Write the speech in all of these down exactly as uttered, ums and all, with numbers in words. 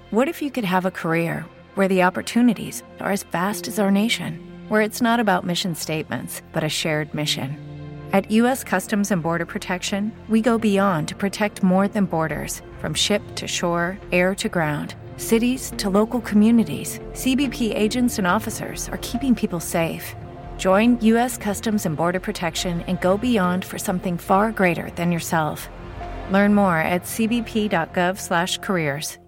What if you could have a career where the opportunities are as vast as our nation, where it's not about mission statements, but a shared mission? At U S Customs and Border Protection, we go beyond to protect more than borders. From ship to shore, air to ground, cities to local communities, C B P agents and officers are keeping people safe. Join U S Customs and Border Protection and go beyond for something far greater than yourself. Learn more at c b p dot gov slash careers.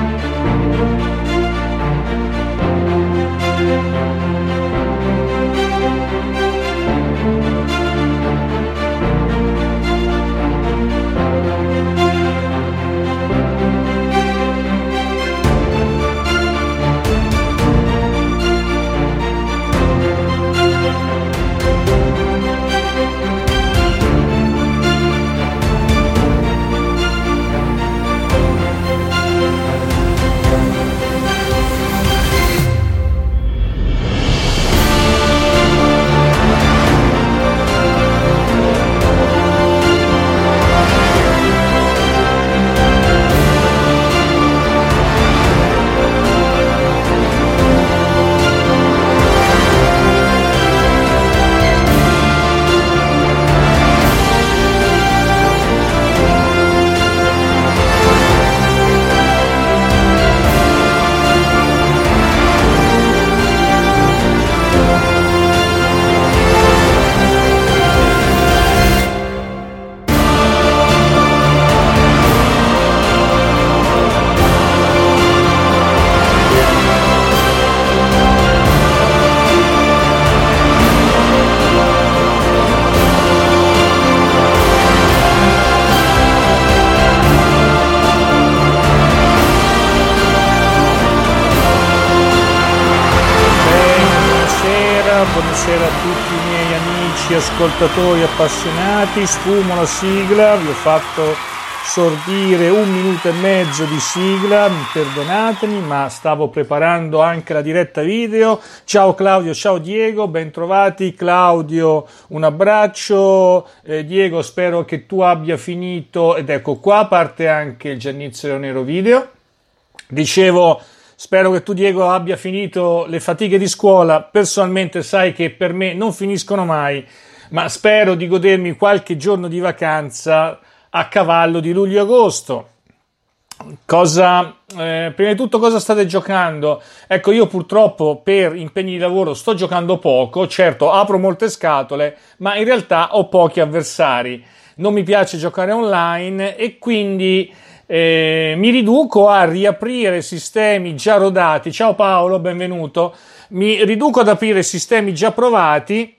Buonasera a tutti i miei amici, ascoltatori appassionati. Sfumo la sigla, vi ho fatto sordire un minuto e mezzo di sigla, perdonatemi, ma stavo preparando anche la diretta video. Ciao Claudio, ciao Diego, bentrovati. Claudio, un abbraccio. eh, Diego, spero che tu abbia finito, ed ecco qua parte anche il Giannizio Nero video. Dicevo, spero che tu, Diego, abbia finito le fatiche di scuola. Personalmente sai che per me non finiscono mai, ma spero di godermi qualche giorno di vacanza a cavallo di luglio-agosto. Cosa, eh, prima di tutto, cosa state giocando? Ecco, io purtroppo per impegni di lavoro sto giocando poco. Certo, apro molte scatole, ma in realtà ho pochi avversari. Non mi piace giocare online e quindi Eh, mi riduco a riaprire sistemi già rodati. Ciao Paolo, benvenuto. Mi riduco ad aprire sistemi già provati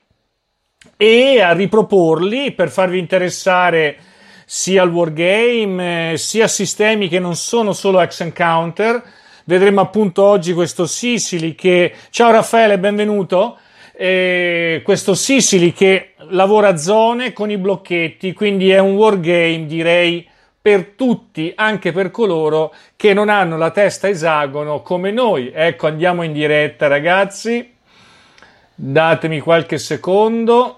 e a riproporli per farvi interessare sia al wargame, eh, sia a sistemi che non sono solo Hex Encounter. Vedremo appunto oggi questo Sicily che... Ciao Raffaele, benvenuto. Eh, questo Sicily che lavora a zone con i blocchetti, quindi è un wargame, direi, per tutti, anche per coloro che non hanno la testa esagono come noi. Ecco, andiamo in diretta, ragazzi. Datemi qualche secondo.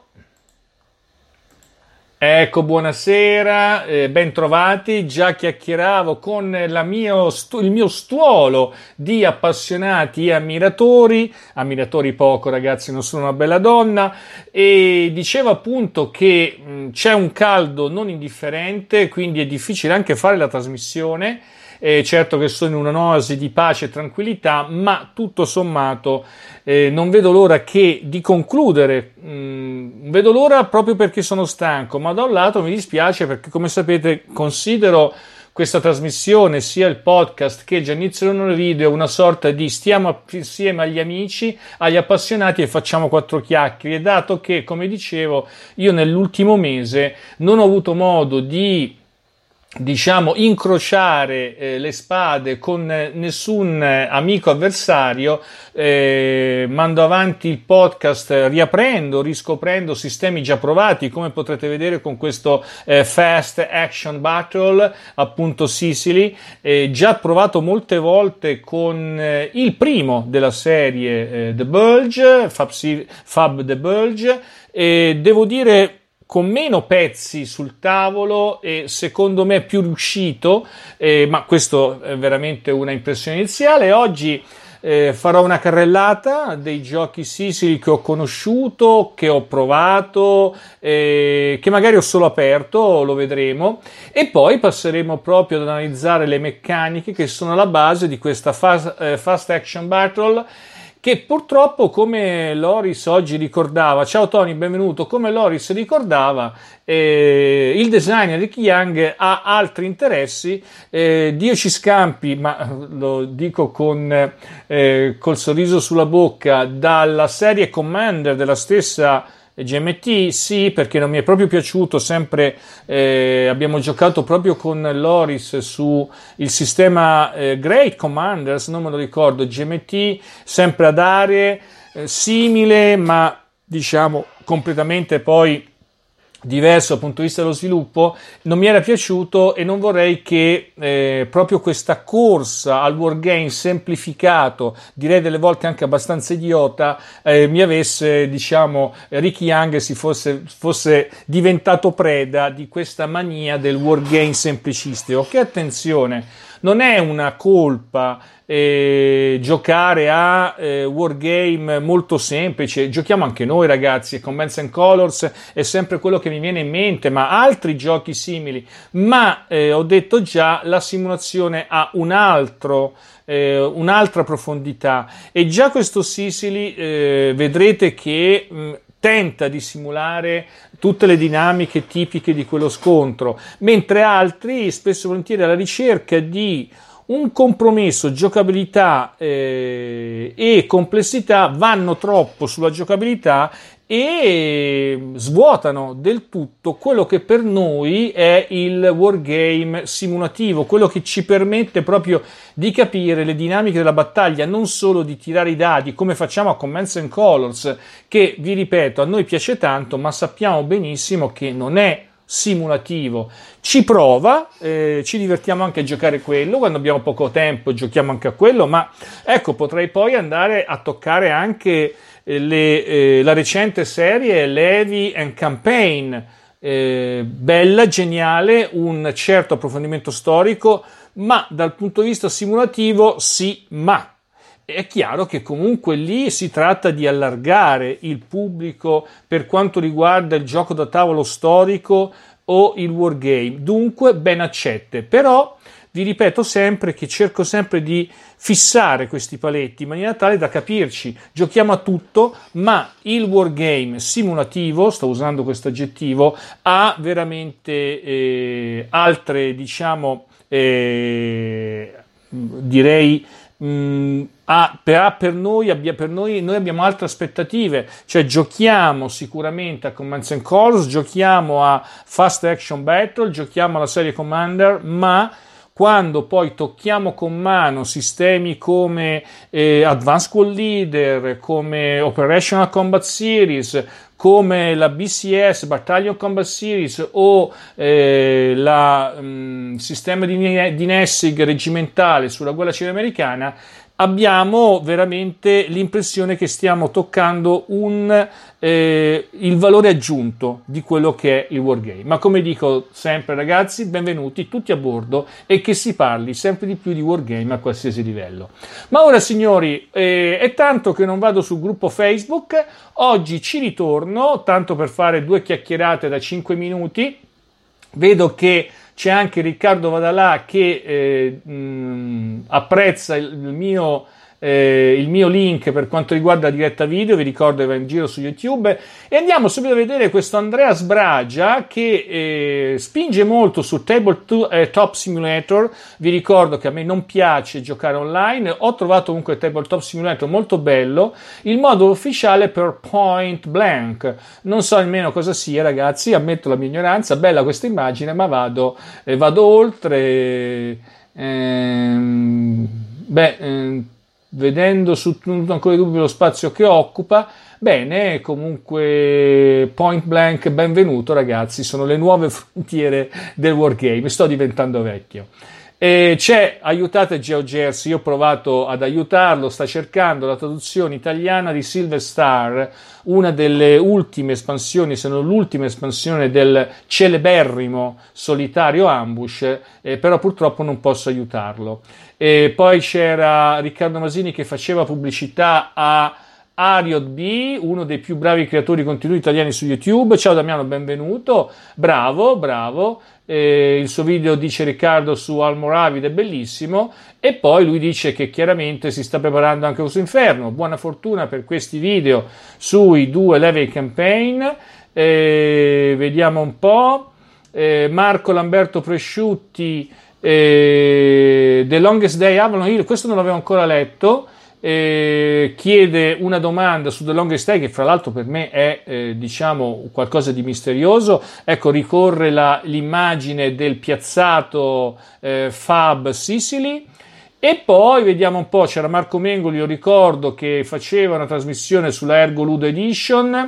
Ecco, buonasera, eh, ben trovati. Già chiacchieravo con la mio stu- il mio stuolo di appassionati e ammiratori, ammiratori poco, ragazzi, non sono una bella donna, e dicevo appunto che mh, c'è un caldo non indifferente, quindi è difficile anche fare la trasmissione. Eh, certo che sono in un'oasi di pace e tranquillità, ma tutto sommato eh, non vedo l'ora che di concludere. Mm, vedo l'ora proprio perché sono stanco, ma da un lato mi dispiace perché, come sapete, considero questa trasmissione, sia il podcast che Giannizio Nero video, una sorta di stiamo insieme agli amici, agli appassionati e facciamo quattro chiacchiere. Dato che, come dicevo, io nell'ultimo mese non ho avuto modo di diciamo incrociare eh, le spade con eh, nessun eh, amico avversario, eh, mando avanti il podcast eh, riaprendo, riscoprendo sistemi già provati, come potrete vedere con questo eh, Fast Action Battle, appunto Sicily, eh, già provato molte volte con eh, il primo della serie, eh, The Bulge, Fab, Fab The Bulge, e devo dire con meno pezzi sul tavolo e secondo me più riuscito, eh, ma questo è veramente una impressione iniziale. Oggi Eh, farò una carrellata dei giochi Sicily che ho conosciuto, che ho provato, eh, che magari ho solo aperto, lo vedremo, e poi passeremo proprio ad analizzare le meccaniche che sono alla base di questa fast, eh, fast action battle, che purtroppo, come Loris oggi ricordava, ciao Tony, benvenuto, come Loris ricordava, eh, il designer Rick Young ha altri interessi, eh, Dio ci scampi, ma lo dico con eh, col sorriso sulla bocca, dalla serie Commander della stessa G M T, sì, perché non mi è proprio piaciuto, sempre eh, abbiamo giocato proprio con Loris su il sistema eh, Great Commanders, non me lo ricordo, G M T, sempre ad aree, eh, simile, ma diciamo completamente poi diverso dal punto di vista dello sviluppo. Non mi era piaciuto e non vorrei che eh, proprio questa corsa al wargame semplificato, direi delle volte anche abbastanza idiota, eh, mi avesse, diciamo, Rick Young si fosse, fosse diventato preda di questa mania del wargame semplicistico, che attenzione, non è una colpa eh, giocare a eh, wargame molto semplice, giochiamo anche noi ragazzi, Commands and Colors è sempre quello che mi viene in mente, ma altri giochi simili, ma eh, ho detto già, la simulazione ha un altro eh, un'altra profondità, e già questo Sicily eh, vedrete che mh, tenta di simulare tutte le dinamiche tipiche di quello scontro, mentre altri spesso e volentieri alla ricerca di un compromesso giocabilità eh, e complessità vanno troppo sulla giocabilità e svuotano del tutto quello che per noi è il wargame simulativo, quello che ci permette proprio di capire le dinamiche della battaglia, non solo di tirare i dadi come facciamo a Commands and Colors, che vi ripeto a noi piace tanto, ma sappiamo benissimo che non è simulativo. Ci prova, eh, ci divertiamo anche a giocare quello, quando abbiamo poco tempo giochiamo anche a quello, ma ecco, potrei poi andare a toccare anche eh, le, eh, la recente serie Levy and Campaign, eh, bella, geniale, un certo approfondimento storico, ma dal punto di vista simulativo sì, ma è chiaro che comunque lì si tratta di allargare il pubblico per quanto riguarda il gioco da tavolo storico o il wargame, dunque ben accette, però vi ripeto sempre che cerco sempre di fissare questi paletti in maniera tale da capirci, giochiamo a tutto, ma il wargame simulativo, sto usando questo aggettivo, ha veramente eh, altre, diciamo, eh, direi mh, ha, per, per, noi, abbia, per noi noi abbiamo altre aspettative, cioè giochiamo sicuramente a Commands and Colors, giochiamo a Fast Action Battle, giochiamo alla serie Commander, ma quando poi tocchiamo con mano sistemi come eh, Advanced Squad Leader, come Operational Combat Series, come la B C S, Battalion Combat Series, o eh, la mh, sistema di, di Nessig reggimentale sulla guerra civile americana, abbiamo veramente l'impressione che stiamo toccando un, eh, il valore aggiunto di quello che è il wargame. Ma come dico sempre ragazzi, benvenuti tutti a bordo e che si parli sempre di più di wargame a qualsiasi livello. Ma ora signori, eh, è tanto che non vado sul gruppo Facebook, oggi ci ritorno, tanto per fare due chiacchierate da cinque minuti, vedo che c'è anche Riccardo Vadalà che eh, mh, apprezza il, il, mio, eh, il mio link per quanto riguarda la diretta video, vi ricordo che va in giro su YouTube, e andiamo subito a vedere questo Andrea Sbragia che eh, spinge molto su Tabletop Simulator. Vi ricordo che a me non piace giocare online, ho trovato comunque Tabletop Simulator molto bello, il modo ufficiale per Point Blank, non so nemmeno cosa sia ragazzi, ammetto la mia ignoranza, bella questa immagine, ma vado, eh, vado oltre, ehm, beh, eh, vedendo su ancora dubbio lo spazio che occupa. Bene, comunque Point Blank, benvenuto ragazzi, sono le nuove frontiere del wargame, sto diventando vecchio. E c'è Aiutate GeoJersey, io ho provato ad aiutarlo, sta cercando la traduzione italiana di Silver Star, una delle ultime espansioni, se non l'ultima espansione del celeberrimo solitario Ambush, eh, però purtroppo non posso aiutarlo. E poi c'era Riccardo Masini che faceva pubblicità a Ariod B, uno dei più bravi creatori di contenuti italiani su YouTube. Ciao Damiano, benvenuto, bravo, bravo. Eh, il suo video, dice Riccardo, su Almoravid è bellissimo, e poi lui dice che chiaramente si sta preparando anche questo Inferno. Buona fortuna per questi video sui due level campaign. Eh, vediamo un po'. Eh, Marco Lamberto Presciutti, eh, The Longest Day Avalon Hill, questo non l'avevo ancora letto. Eh, chiede una domanda su The Longest Day, che fra l'altro per me è eh, diciamo qualcosa di misterioso. Ecco, ricorre la, l'immagine del piazzato eh, Fab Sicily. E poi vediamo un po', c'era Marco Mengoli, io ricordo, che faceva una trasmissione sulla Ergo Ludo Edition,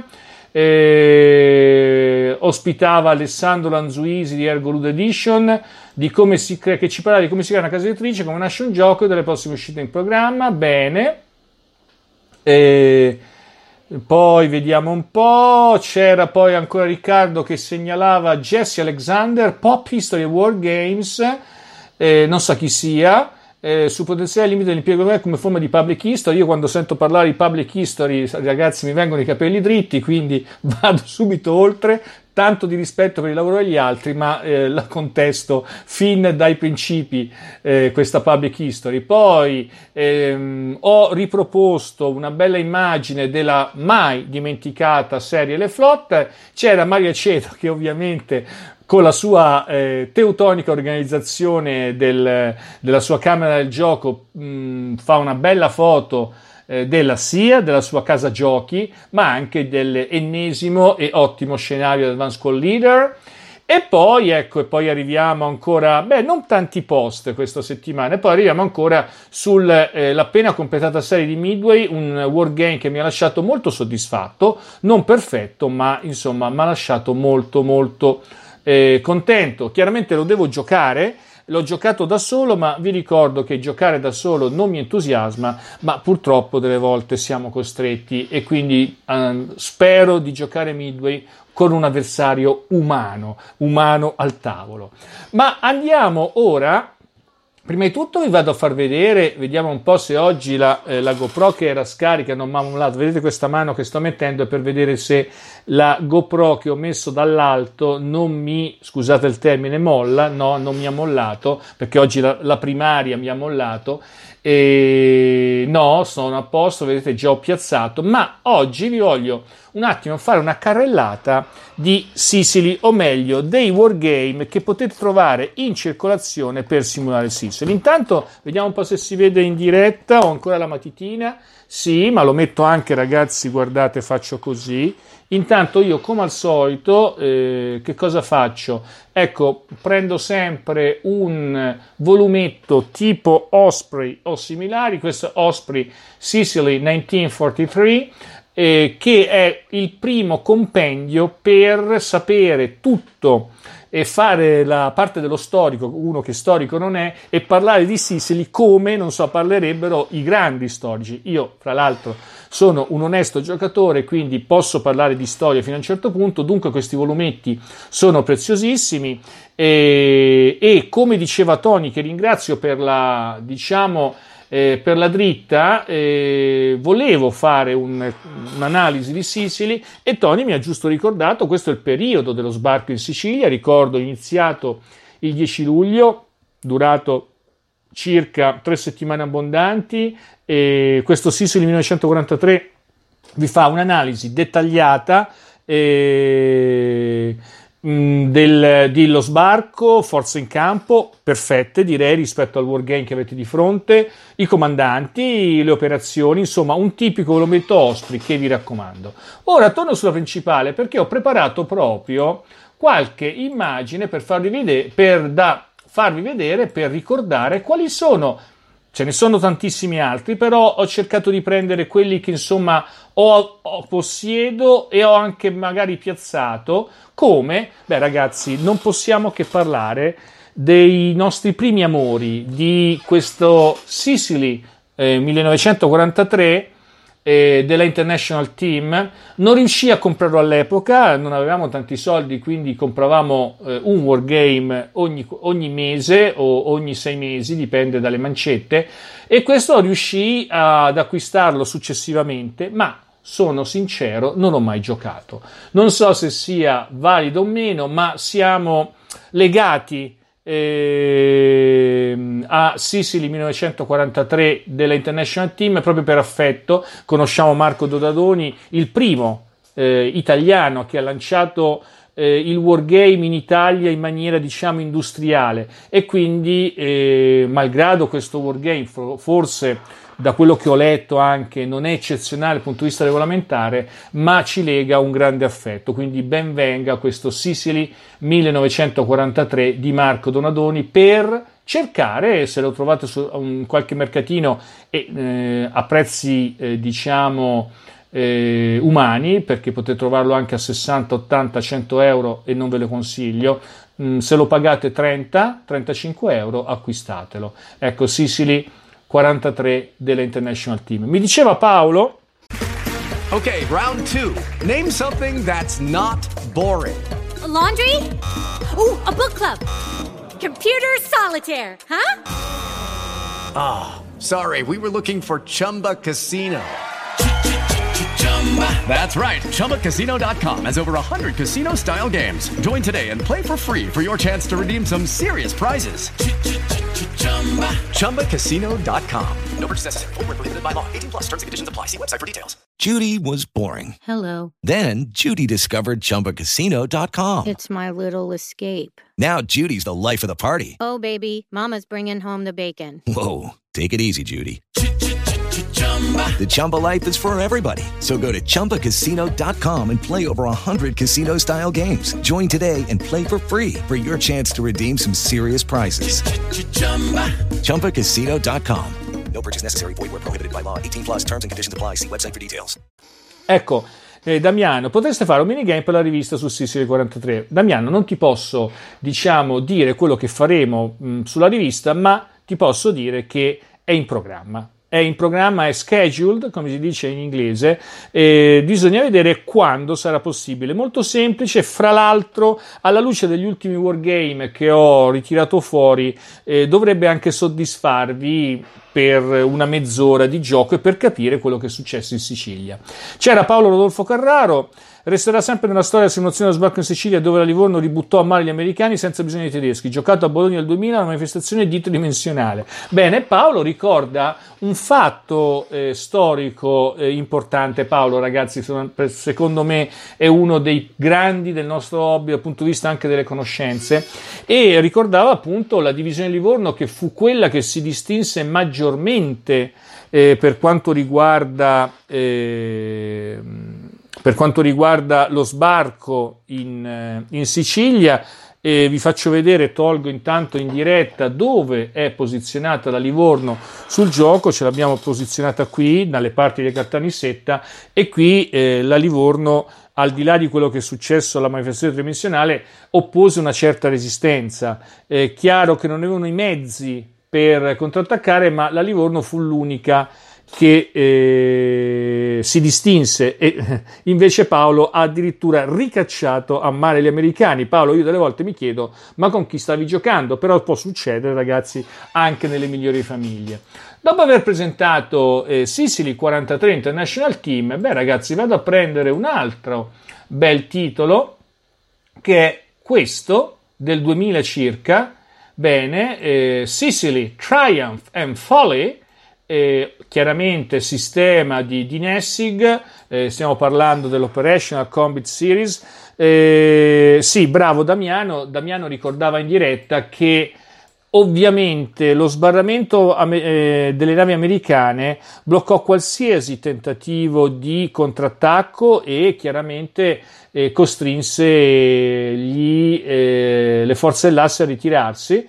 eh, ospitava Alessandro Lanzuisi di Ergo Ludo Edition, di come si crea, che ci parlava di come si crea una casa editrice, come nasce un gioco e delle prossime uscite in programma. Bene. E poi vediamo un po', c'era poi ancora Riccardo che segnalava Jesse Alexander, Pop History e War Games, eh, non so chi sia, eh, sul potenziale limite dell'impiego come forma di public history. Io quando sento parlare di public history, ragazzi, mi vengono i capelli dritti, quindi vado subito oltre. Tanto di rispetto per il lavoro degli altri, ma eh, la contesto fin dai principi, eh, questa public history. Poi ehm, ho riproposto una bella immagine della mai dimenticata serie Le Flotte. C'era Maria Ceto che ovviamente con la sua eh, teutonica organizzazione del, della sua camera del gioco mh, fa una bella foto della S I A, della sua casa giochi, ma anche dell'ennesimo e ottimo scenario di Advanced Call Leader. E poi ecco, e poi arriviamo ancora, beh, non tanti post questa settimana, e poi arriviamo ancora sull'appena eh, completata serie di Midway, un wargame che mi ha lasciato molto soddisfatto, non perfetto, ma insomma mi ha lasciato molto molto eh, contento. Chiaramente lo devo giocare. L'ho giocato da solo, ma vi ricordo che giocare da solo non mi entusiasma, ma purtroppo delle volte siamo costretti, e quindi eh, spero di giocare Midway con un avversario umano, umano al tavolo. Ma andiamo ora. Prima di tutto vi vado a far vedere, vediamo un po' se oggi la, eh, la GoPro che era scarica non mi ha mollato. Vedete questa mano che sto mettendo è per vedere se la GoPro che ho messo dall'alto non mi, scusate il termine, molla. No, non mi ha mollato, perché oggi la, la primaria mi ha mollato. E no, sono a posto, vedete, già ho piazzato. Ma oggi vi voglio un attimo fare una carrellata di Sicily, o meglio dei wargame che potete trovare in circolazione per simulare Sicily. Intanto vediamo un po' se si vede in diretta. Ho ancora la matitina, sì, ma lo metto anche, ragazzi, guardate, faccio così. Intanto io, come al solito, eh, che cosa faccio? Ecco, prendo sempre un volumetto tipo Osprey o similari. Questo Osprey Sicily millenovecentoquarantatré, eh, che è il primo compendio per sapere tutto e fare la parte dello storico, uno che storico non è, e parlare di Sicily come, non so, parlerebbero i grandi storici. Io, fra l'altro, sono un onesto giocatore, quindi posso parlare di storia fino a un certo punto. Dunque questi volumetti sono preziosissimi, e, e come diceva Tony, che ringrazio per la, diciamo, Eh, per la dritta, eh, volevo fare un, un'analisi di Sicily, e Tony mi ha giusto ricordato, questo è il periodo dello sbarco in Sicilia. Ricordo, iniziato il dieci luglio, durato circa tre settimane abbondanti, e questo Sicily millenovecentoquarantatré vi fa un'analisi dettagliata eh, Del, dello sbarco, forze in campo perfette, direi, rispetto al wargame che avete di fronte, i comandanti, le operazioni, insomma un tipico volumetto Osprey che vi raccomando. Ora torno sulla principale, perché ho preparato proprio qualche immagine per farvi vedere, per da farvi vedere, per ricordare quali sono. Ce ne sono tantissimi altri, però ho cercato di prendere quelli che insomma ho, ho possiedo e ho anche magari piazzato. Come? Beh, ragazzi, non possiamo che parlare dei nostri primi amori, di questo Sicily eh, millenovecentoquarantatré eh, della International Team. Non riuscii a comprarlo all'epoca, non avevamo tanti soldi, quindi compravamo eh, un wargame ogni, ogni mese o ogni sei mesi, dipende dalle mancette, e questo riuscii ad acquistarlo successivamente, ma sono sincero, non ho mai giocato. Non so se sia valido o meno, ma siamo legati eh, a Sicily millenovecentoquarantatré della International Team proprio per affetto. Conosciamo Marco Dodadoni, il primo eh, italiano che ha lanciato eh, il wargame in Italia in maniera, diciamo, industriale, e quindi eh, malgrado questo wargame forse, da quello che ho letto, anche non è eccezionale dal punto di vista regolamentare, ma ci lega un grande affetto. Quindi ben venga questo Sicily millenovecentoquarantatré di Marco Donadoni, per cercare, se lo trovate su un qualche mercatino e eh, a prezzi eh, diciamo eh, umani, perché potete trovarlo anche a sessanta, ottanta, cento euro e non ve lo consiglio. Mm, se lo pagate trenta, trentacinque euro, acquistatelo. Ecco, Sicily quarantatré della International Team. Mi diceva Paolo. Ok, round two. Name something that's not boring. A laundry? Ooh, a book club. Computer solitaire, huh? Ah, oh, sorry, we were looking for Chumba Casino. That's right, Chumba Casino dot com has over one hundred casino-style games. Join today and play for free for your chance to redeem some serious prizes. Chumba Casino dot com. No purchase necessary. Void where prohibited by law. eighteen plus terms and conditions apply. See website for details. Judy was boring. Hello. Then Judy discovered Chumba Casino dot com. It's my little escape. Now Judy's the life of the party. Oh, baby, mama's bringing home the bacon. Whoa, take it easy, Judy. The Chumba life is for everybody. So go to Chumba Casino dot com and play over one hundred casino-style games. Join today and play for free for your chance to redeem some serious prizes. Chumba Casino dot com. No purchase necessary. Void where prohibited by law. eighteen plus terms and conditions apply. See website for details. Ecco, eh, Damiano, potreste fare un minigame per la rivista su Sicily quarantatré. Damiano, non ti posso, diciamo, dire quello che faremo mh, sulla rivista, ma ti posso dire che è in programma. È in programma, è scheduled, come si dice in inglese, e bisogna vedere quando sarà possibile. Molto semplice, fra l'altro, alla luce degli ultimi wargame che ho ritirato fuori, eh, dovrebbe anche soddisfarvi per una mezz'ora di gioco e per capire quello che è successo in Sicilia. C'era Paolo Rodolfo Carraro. Resterà sempre nella storia la simulazione dello sbarco in Sicilia, dove la Livorno ributtò a mare gli americani senza bisogno dei tedeschi. Giocato a Bologna nel duemila, una manifestazione ditridimensionale. Bene, Paolo ricorda un fatto eh, storico eh, importante. Paolo, ragazzi, secondo me è uno dei grandi del nostro hobby dal punto di vista anche delle conoscenze, e ricordava appunto la divisione Livorno, che fu quella che si distinse maggiormente eh, per quanto riguarda eh, per quanto riguarda lo sbarco in, in Sicilia. E vi faccio vedere, tolgo intanto in diretta dove è posizionata la Livorno sul gioco. Ce l'abbiamo posizionata qui, dalle parti di Caltanissetta, e qui eh, la Livorno, al di là di quello che è successo alla manifestazione tridimensionale, oppose una certa resistenza. È chiaro che non avevano i mezzi per contrattaccare, ma la Livorno fu l'unica che eh, si distinse, e invece Paolo ha addirittura ricacciato a mare gli americani. Paolo, io delle volte mi chiedo, ma con chi stavi giocando? Però può succedere, ragazzi, anche nelle migliori famiglie. Dopo aver presentato eh, Sicily quarantatré International Team, beh ragazzi, vado a prendere un altro bel titolo, che è questo, del duemila circa. Bene, eh, Sicily Triumph and Folly, eh, chiaramente sistema di, di Nessig, eh, stiamo parlando dell'Operational Combat Series. Eh, sì, bravo Damiano. Damiano ricordava in diretta che ovviamente lo sbarramento eh, delle navi americane bloccò qualsiasi tentativo di contrattacco e chiaramente eh, costrinse gli, eh, le forze dell'asse a ritirarsi,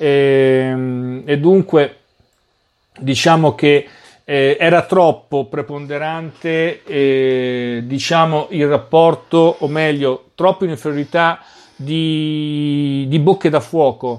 eh, e dunque diciamo che eh, era troppo preponderante eh, diciamo il rapporto, o meglio troppo in inferiorità di, di bocche da fuoco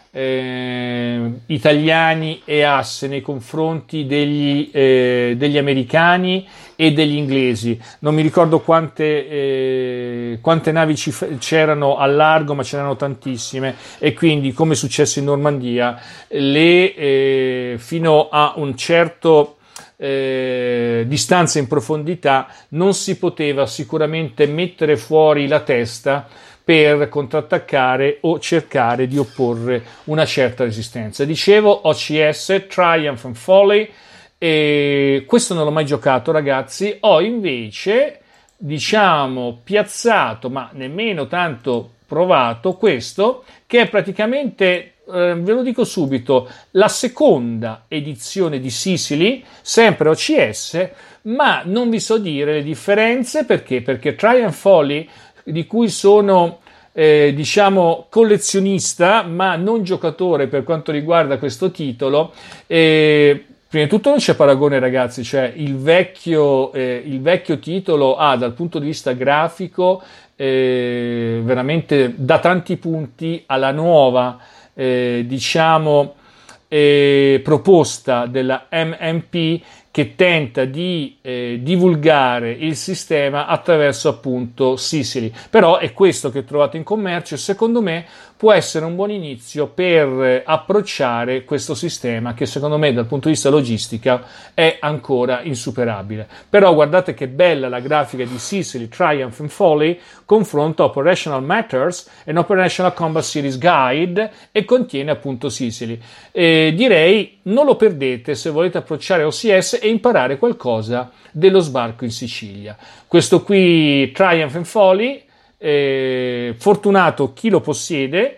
eh, italiani e asse nei confronti degli, eh, degli americani e degli inglesi. Non mi ricordo quante, eh, quante navi ci, c'erano al largo, ma c'erano tantissime, e quindi, come è successo in Normandia, le, eh, fino a un certo Eh, distanza in profondità non si poteva sicuramente mettere fuori la testa per contrattaccare o cercare di opporre una certa resistenza. Dicevo, O C S, Triumph and Folly, e questo non l'ho mai giocato, ragazzi. Ho invece, diciamo, piazzato, ma nemmeno tanto provato, questo, che è praticamente, eh, ve lo dico subito, la seconda edizione di Sicily, sempre O C S, ma non vi so dire le differenze. Perché? Perché Triumph Folly, di cui sono eh, diciamo collezionista ma non giocatore per quanto riguarda questo titolo, eh, prima di tutto non c'è paragone, ragazzi, cioè il vecchio, eh, il vecchio titolo ha, dal punto di vista grafico, eh, veramente da tanti punti alla nuova eh, diciamo eh, proposta della M M P, che tenta di eh, divulgare il sistema attraverso appunto Sicily. Però è questo che trovate in commercio e secondo me può essere un buon inizio per approcciare questo sistema, che secondo me dal punto di vista logistica è ancora insuperabile. Però guardate che bella la grafica di Sicily, Triumph and Folly, confronta Operational Matters e Operational Combat Series Guide, e contiene appunto Sicily. E direi non lo perdete se volete approcciare O C S e imparare qualcosa dello sbarco in Sicilia. Questo qui, Triumph and Folly, eh, fortunato chi lo possiede,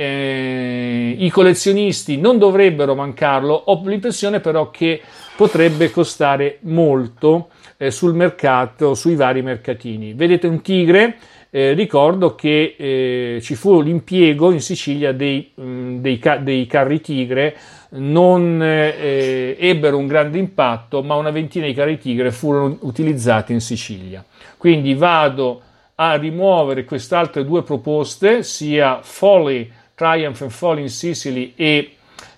eh, i collezionisti non dovrebbero mancarlo. Ho l'impressione però che potrebbe costare molto eh, sul mercato, sui vari mercatini. Vedete un tigre? Eh, ricordo che eh, ci fu l'impiego in Sicilia dei, mh, dei, ca- dei carri tigre. Non eh, ebbero un grande impatto, ma una ventina di carri tigre furono utilizzati in Sicilia. Quindi vado a rimuovere queste altre due proposte, sia Folly, Triumph and Folly in Sicily e,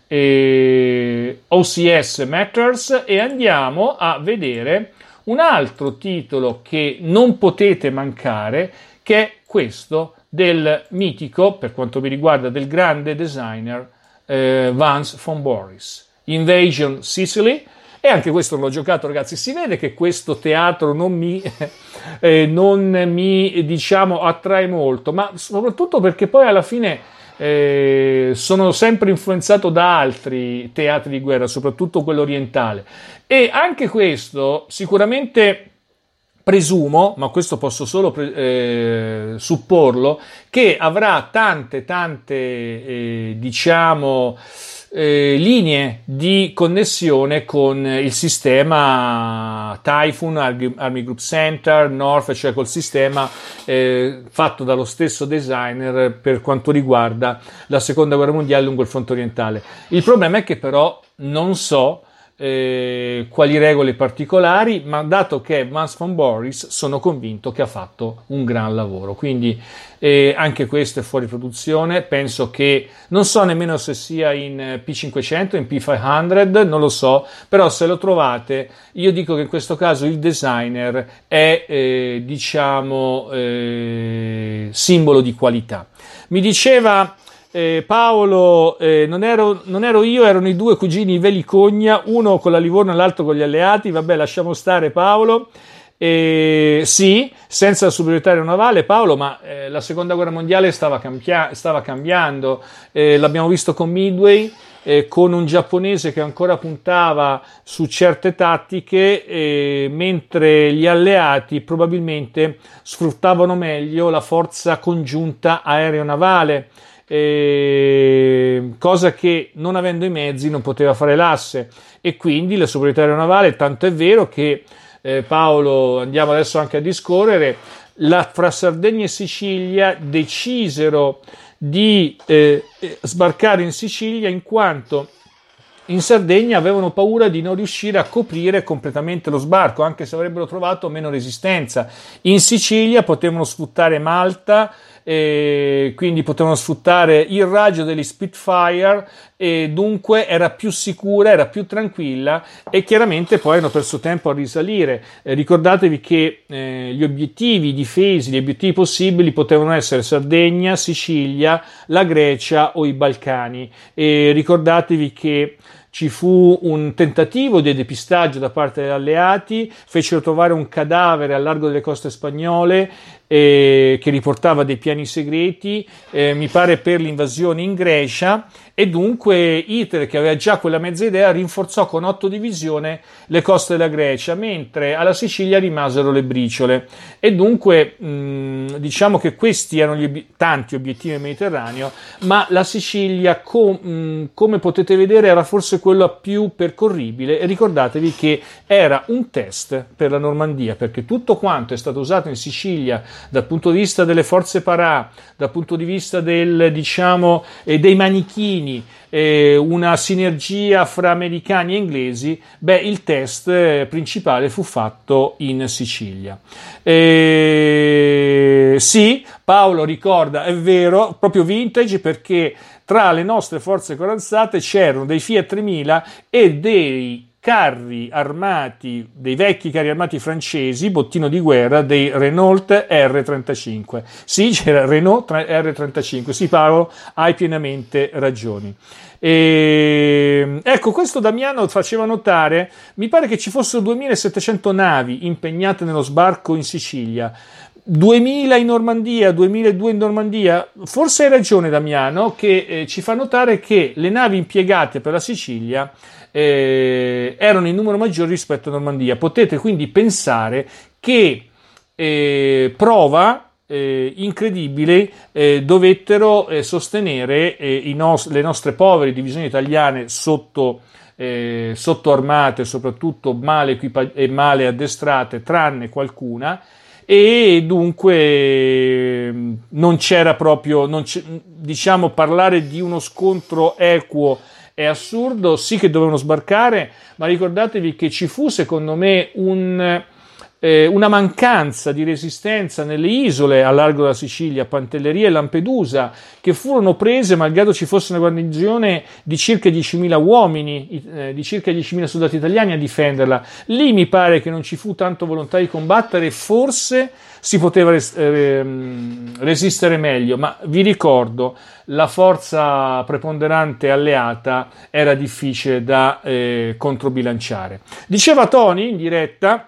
e O C S Matters, e andiamo a vedere un altro titolo che non potete mancare, che è questo del mitico, per quanto mi riguarda, del grande designer eh, Vance von Boris, Invasion Sicily. E anche questo l'ho giocato, ragazzi. Si vede che questo teatro non mi, eh, non mi diciamo attrae molto, ma soprattutto perché poi alla fine eh, sono sempre influenzato da altri teatri di guerra, soprattutto quello orientale. E anche questo sicuramente presumo, ma questo posso solo eh, supporlo, che avrà tante tante eh, diciamo Eh, linee di connessione con il sistema Typhoon, Army Group Center, North, cioè col sistema eh, fatto dallo stesso designer per quanto riguarda la seconda guerra mondiale lungo il fronte orientale. Il problema è che però non so eh, quali regole particolari, ma dato che è Vance von Boris sono convinto che ha fatto un gran lavoro, quindi eh, anche questo è fuori produzione. Penso che, non so nemmeno se sia in P cinquecento, in P cinquecento, non lo so, però se lo trovate, io dico che in questo caso il designer è eh, diciamo eh, simbolo di qualità. Mi diceva Eh, Paolo, eh, non, ero, non ero io, erano i due cugini Velicogna, uno con la Livorno e l'altro con gli alleati. Vabbè, lasciamo stare, Paolo. Eh, sì, senza la superiorità aeronavale, Paolo, ma eh, la seconda guerra mondiale stava, cambia- stava cambiando. Eh, l'abbiamo visto con Midway, eh, con un giapponese che ancora puntava su certe tattiche, eh, mentre gli alleati probabilmente sfruttavano meglio la forza congiunta aeronavale. Eh, cosa che, non avendo i mezzi, non poteva fare l'asse, e quindi la superiorità aeronavale, tanto è vero che eh, Paolo, andiamo adesso anche a discorrere, la, fra Sardegna e Sicilia decisero di eh, sbarcare in Sicilia in quanto in Sardegna avevano paura di non riuscire a coprire completamente lo sbarco, anche se avrebbero trovato meno resistenza. In Sicilia potevano sfruttare Malta e quindi potevano sfruttare il raggio degli Spitfire e dunque era più sicura, era più tranquilla, e chiaramente poi hanno perso tempo a risalire. Eh, ricordatevi che eh, gli obiettivi difesi, gli obiettivi possibili potevano essere Sardegna, Sicilia, la Grecia o i Balcani, e ricordatevi che ci fu un tentativo di depistaggio da parte degli alleati, fecero trovare un cadavere al largo delle coste spagnole eh, che riportava dei piani segreti, eh, mi pare per l'invasione in Grecia, e dunque Hitler, che aveva già quella mezza idea, rinforzò con otto divisioni le coste della Grecia, mentre alla Sicilia rimasero le briciole, e dunque mh, diciamo che questi erano gli ob- tanti obiettivi nel Mediterraneo, ma la Sicilia, com- mh, come potete vedere, era forse quella più percorribile, e ricordatevi che era un test per la Normandia, perché tutto quanto è stato usato in Sicilia dal punto di vista delle forze parà, dal punto di vista del, diciamo, eh, dei manichini, eh, una sinergia fra americani e inglesi, beh, il test eh, principale fu fatto in Sicilia. Eh, sì, Paolo ricorda, è vero, proprio vintage, perché tra le nostre forze corazzate c'erano dei Fiat tremila e dei carri armati, dei vecchi carri armati francesi, bottino di guerra, dei Renault R trentacinque. Sì, c'era Renault R trentacinque. Sì, Paolo, hai pienamente ragioni. E, ecco, questo Damiano faceva notare, mi pare che ci fossero duemilasettecento navi impegnate nello sbarco in Sicilia, duemila in Normandia, duemiladue in Normandia. Forse hai ragione, Damiano, che eh, ci fa notare che le navi impiegate per la Sicilia eh, erano in numero maggiore rispetto a Normandia. Potete quindi pensare che eh, prova Eh, incredibili eh, dovettero eh, sostenere eh, i nos- le nostre povere divisioni italiane sotto, eh, sotto armate, soprattutto male equipa- e male addestrate, tranne qualcuna, e dunque eh, non c'era proprio, non c'è, diciamo, parlare di uno scontro equo è assurdo. Sì che dovevano sbarcare, ma ricordatevi che ci fu, secondo me, un Eh, una mancanza di resistenza nelle isole a largo della Sicilia, Pantelleria e Lampedusa, che furono prese malgrado ci fosse una guarnigione di circa diecimila uomini, eh, di circa diecimila soldati italiani a difenderla. Lì mi pare che non ci fu tanto volontà di combattere, forse si poteva res- eh, resistere meglio, ma vi ricordo, la forza preponderante alleata era difficile da eh, controbilanciare. Diceva Tony in diretta: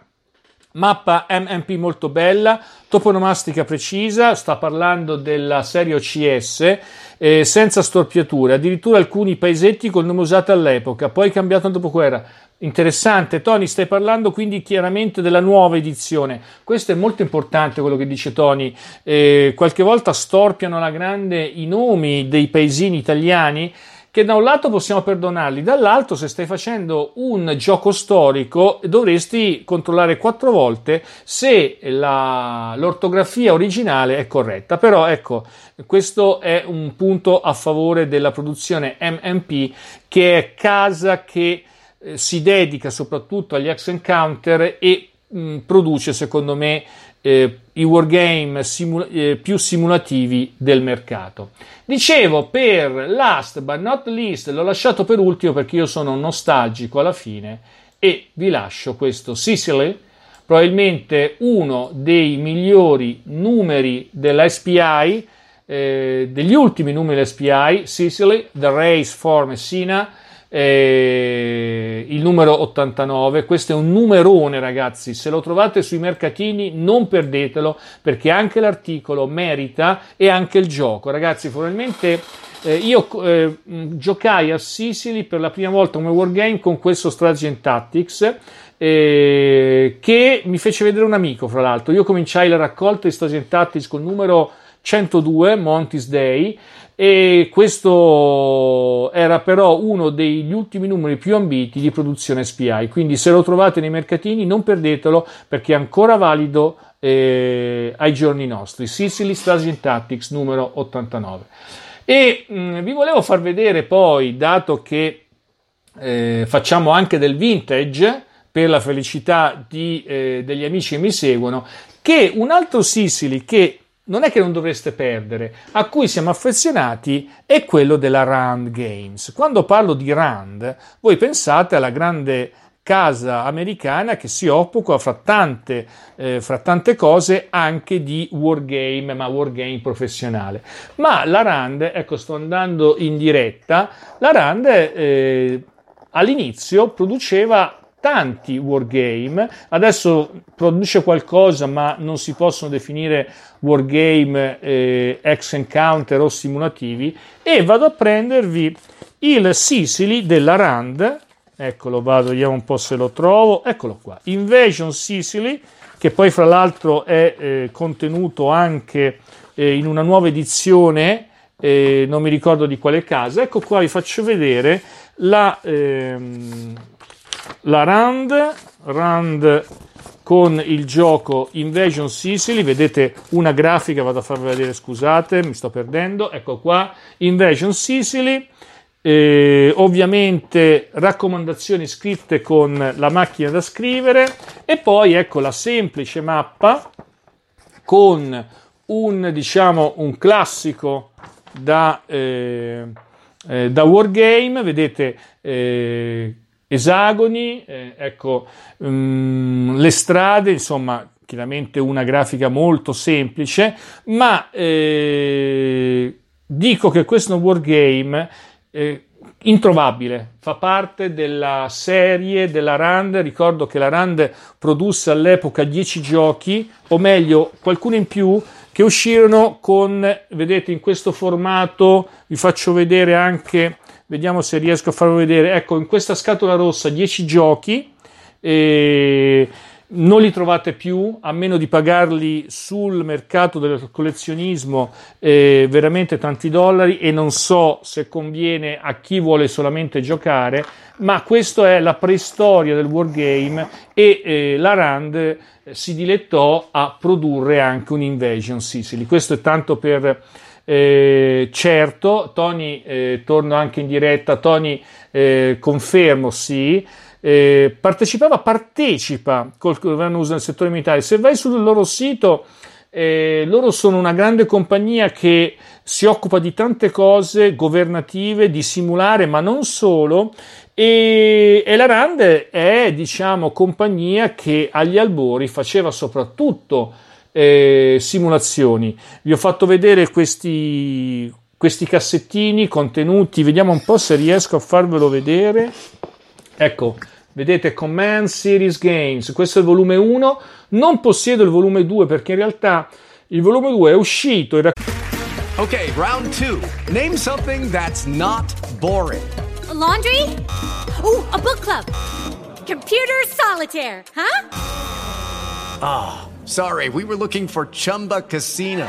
mappa M M P molto bella, toponomastica precisa, sta parlando della serie O C S, eh, senza storpiature, addirittura alcuni paesetti col nome usato all'epoca, poi cambiato nel dopoguerra. Interessante, Tony, stai parlando quindi chiaramente della nuova edizione. Questo è molto importante, quello che dice Tony. Eh, qualche volta storpiano alla grande i nomi dei paesini italiani, che da un lato possiamo perdonarli, dall'altro, se stai facendo un gioco storico, dovresti controllare quattro volte se la, l'ortografia originale è corretta. Però ecco, questo è un punto a favore della produzione M M P, che è casa che eh, si dedica soprattutto agli action counter e mh, produce, secondo me, Eh, i wargame simula- eh, più simulativi del mercato. Dicevo, per last but not least, l'ho lasciato per ultimo perché io sono nostalgico alla fine, e vi lascio questo Sicily, probabilmente uno dei migliori numeri della S P I, eh, degli ultimi numeri della S P I, Sicily, The Race for Messina, Eh, il numero ottantanove. Questo è un numerone, ragazzi, se lo trovate sui mercatini non perdetelo, perché anche l'articolo merita e anche il gioco, ragazzi. Probabilmente eh, io eh, giocai a Sicily per la prima volta come wargame con questo Strategy and Tactics, eh, che mi fece vedere un amico. Fra l'altro, io cominciai la raccolta di Strategy and Tactics col numero centodue, Monty's Day, e questo era però uno degli ultimi numeri più ambiti di produzione S P I, quindi se lo trovate nei mercatini non perdetelo, perché è ancora valido eh, ai giorni nostri. Sicily Strategy and Tactics numero ottantanove. E mh, vi volevo far vedere poi, dato che eh, facciamo anche del vintage per la felicità di, eh, degli amici che mi seguono, che un altro Sicily che non è che non dovreste perdere, a cui siamo affezionati, è quello della Rand Games. Quando parlo di Rand, voi pensate alla grande casa americana che si occupa fra tante, eh, fra tante cose anche di wargame, ma wargame professionale. Ma la Rand, ecco, sto andando in diretta, la Rand eh, all'inizio produceva tanti wargame, adesso produce qualcosa ma non si possono definire wargame, eh, ex encounter o simulativi, e vado a prendervi il Sicily della Rand. Eccolo, vado, vediamo un po' se lo trovo. Eccolo qua, Invasion Sicily, che poi fra l'altro è eh, contenuto anche eh, in una nuova edizione, eh, non mi ricordo di quale casa. Ecco qua, vi faccio vedere la, ehm, la Rand, Rand con il gioco Invasion Sicily. Vedete una grafica, vado a farvi vedere, scusate, mi sto perdendo. Ecco qua, Invasion Sicily. Eh, ovviamente raccomandazioni scritte con la macchina da scrivere, e poi ecco la semplice mappa con un, diciamo, un classico da, eh, eh, da wargame. Vedete eh, esagoni, eh, ecco um, le strade, insomma chiaramente una grafica molto semplice, ma eh, dico che questo è un wargame Eh, introvabile, fa parte della serie della Rand. Ricordo che la Rand produsse all'epoca dieci giochi, o meglio qualcuno in più, che uscirono con, vedete, in questo formato. Vi faccio vedere anche, vediamo se riesco a farlo vedere, ecco, in questa scatola rossa dieci giochi, e non li trovate più, a meno di pagarli sul mercato del collezionismo eh, veramente tanti dollari, e non so se conviene a chi vuole solamente giocare, ma questa è la preistoria del wargame, e eh, la Rand eh, si dilettò a produrre anche un Invasion Sicily. Questo è tanto per eh, certo. Tony, eh, torno anche in diretta, Tony, eh, confermo, sì. Eh, partecipava, partecipa col governo U S A nel settore militare. Se vai sul loro sito, eh, loro sono una grande compagnia che si occupa di tante cose governative, di simulare, ma non solo, e, e la Rand è, diciamo, compagnia che agli albori faceva soprattutto eh, simulazioni. Vi ho fatto vedere questi, questi cassettini contenuti, vediamo un po' se riesco a farvelo vedere. Ecco, vedete, Command Series Games, questo è il volume uno, non possiedo il volume due perché in realtà il volume due è uscito. Era... Ok, round two. Name something that's not boring. A laundry? Ooh, a book club. Computer solitaire, huh? Ah, oh, sorry, we were looking for Chumba Casino.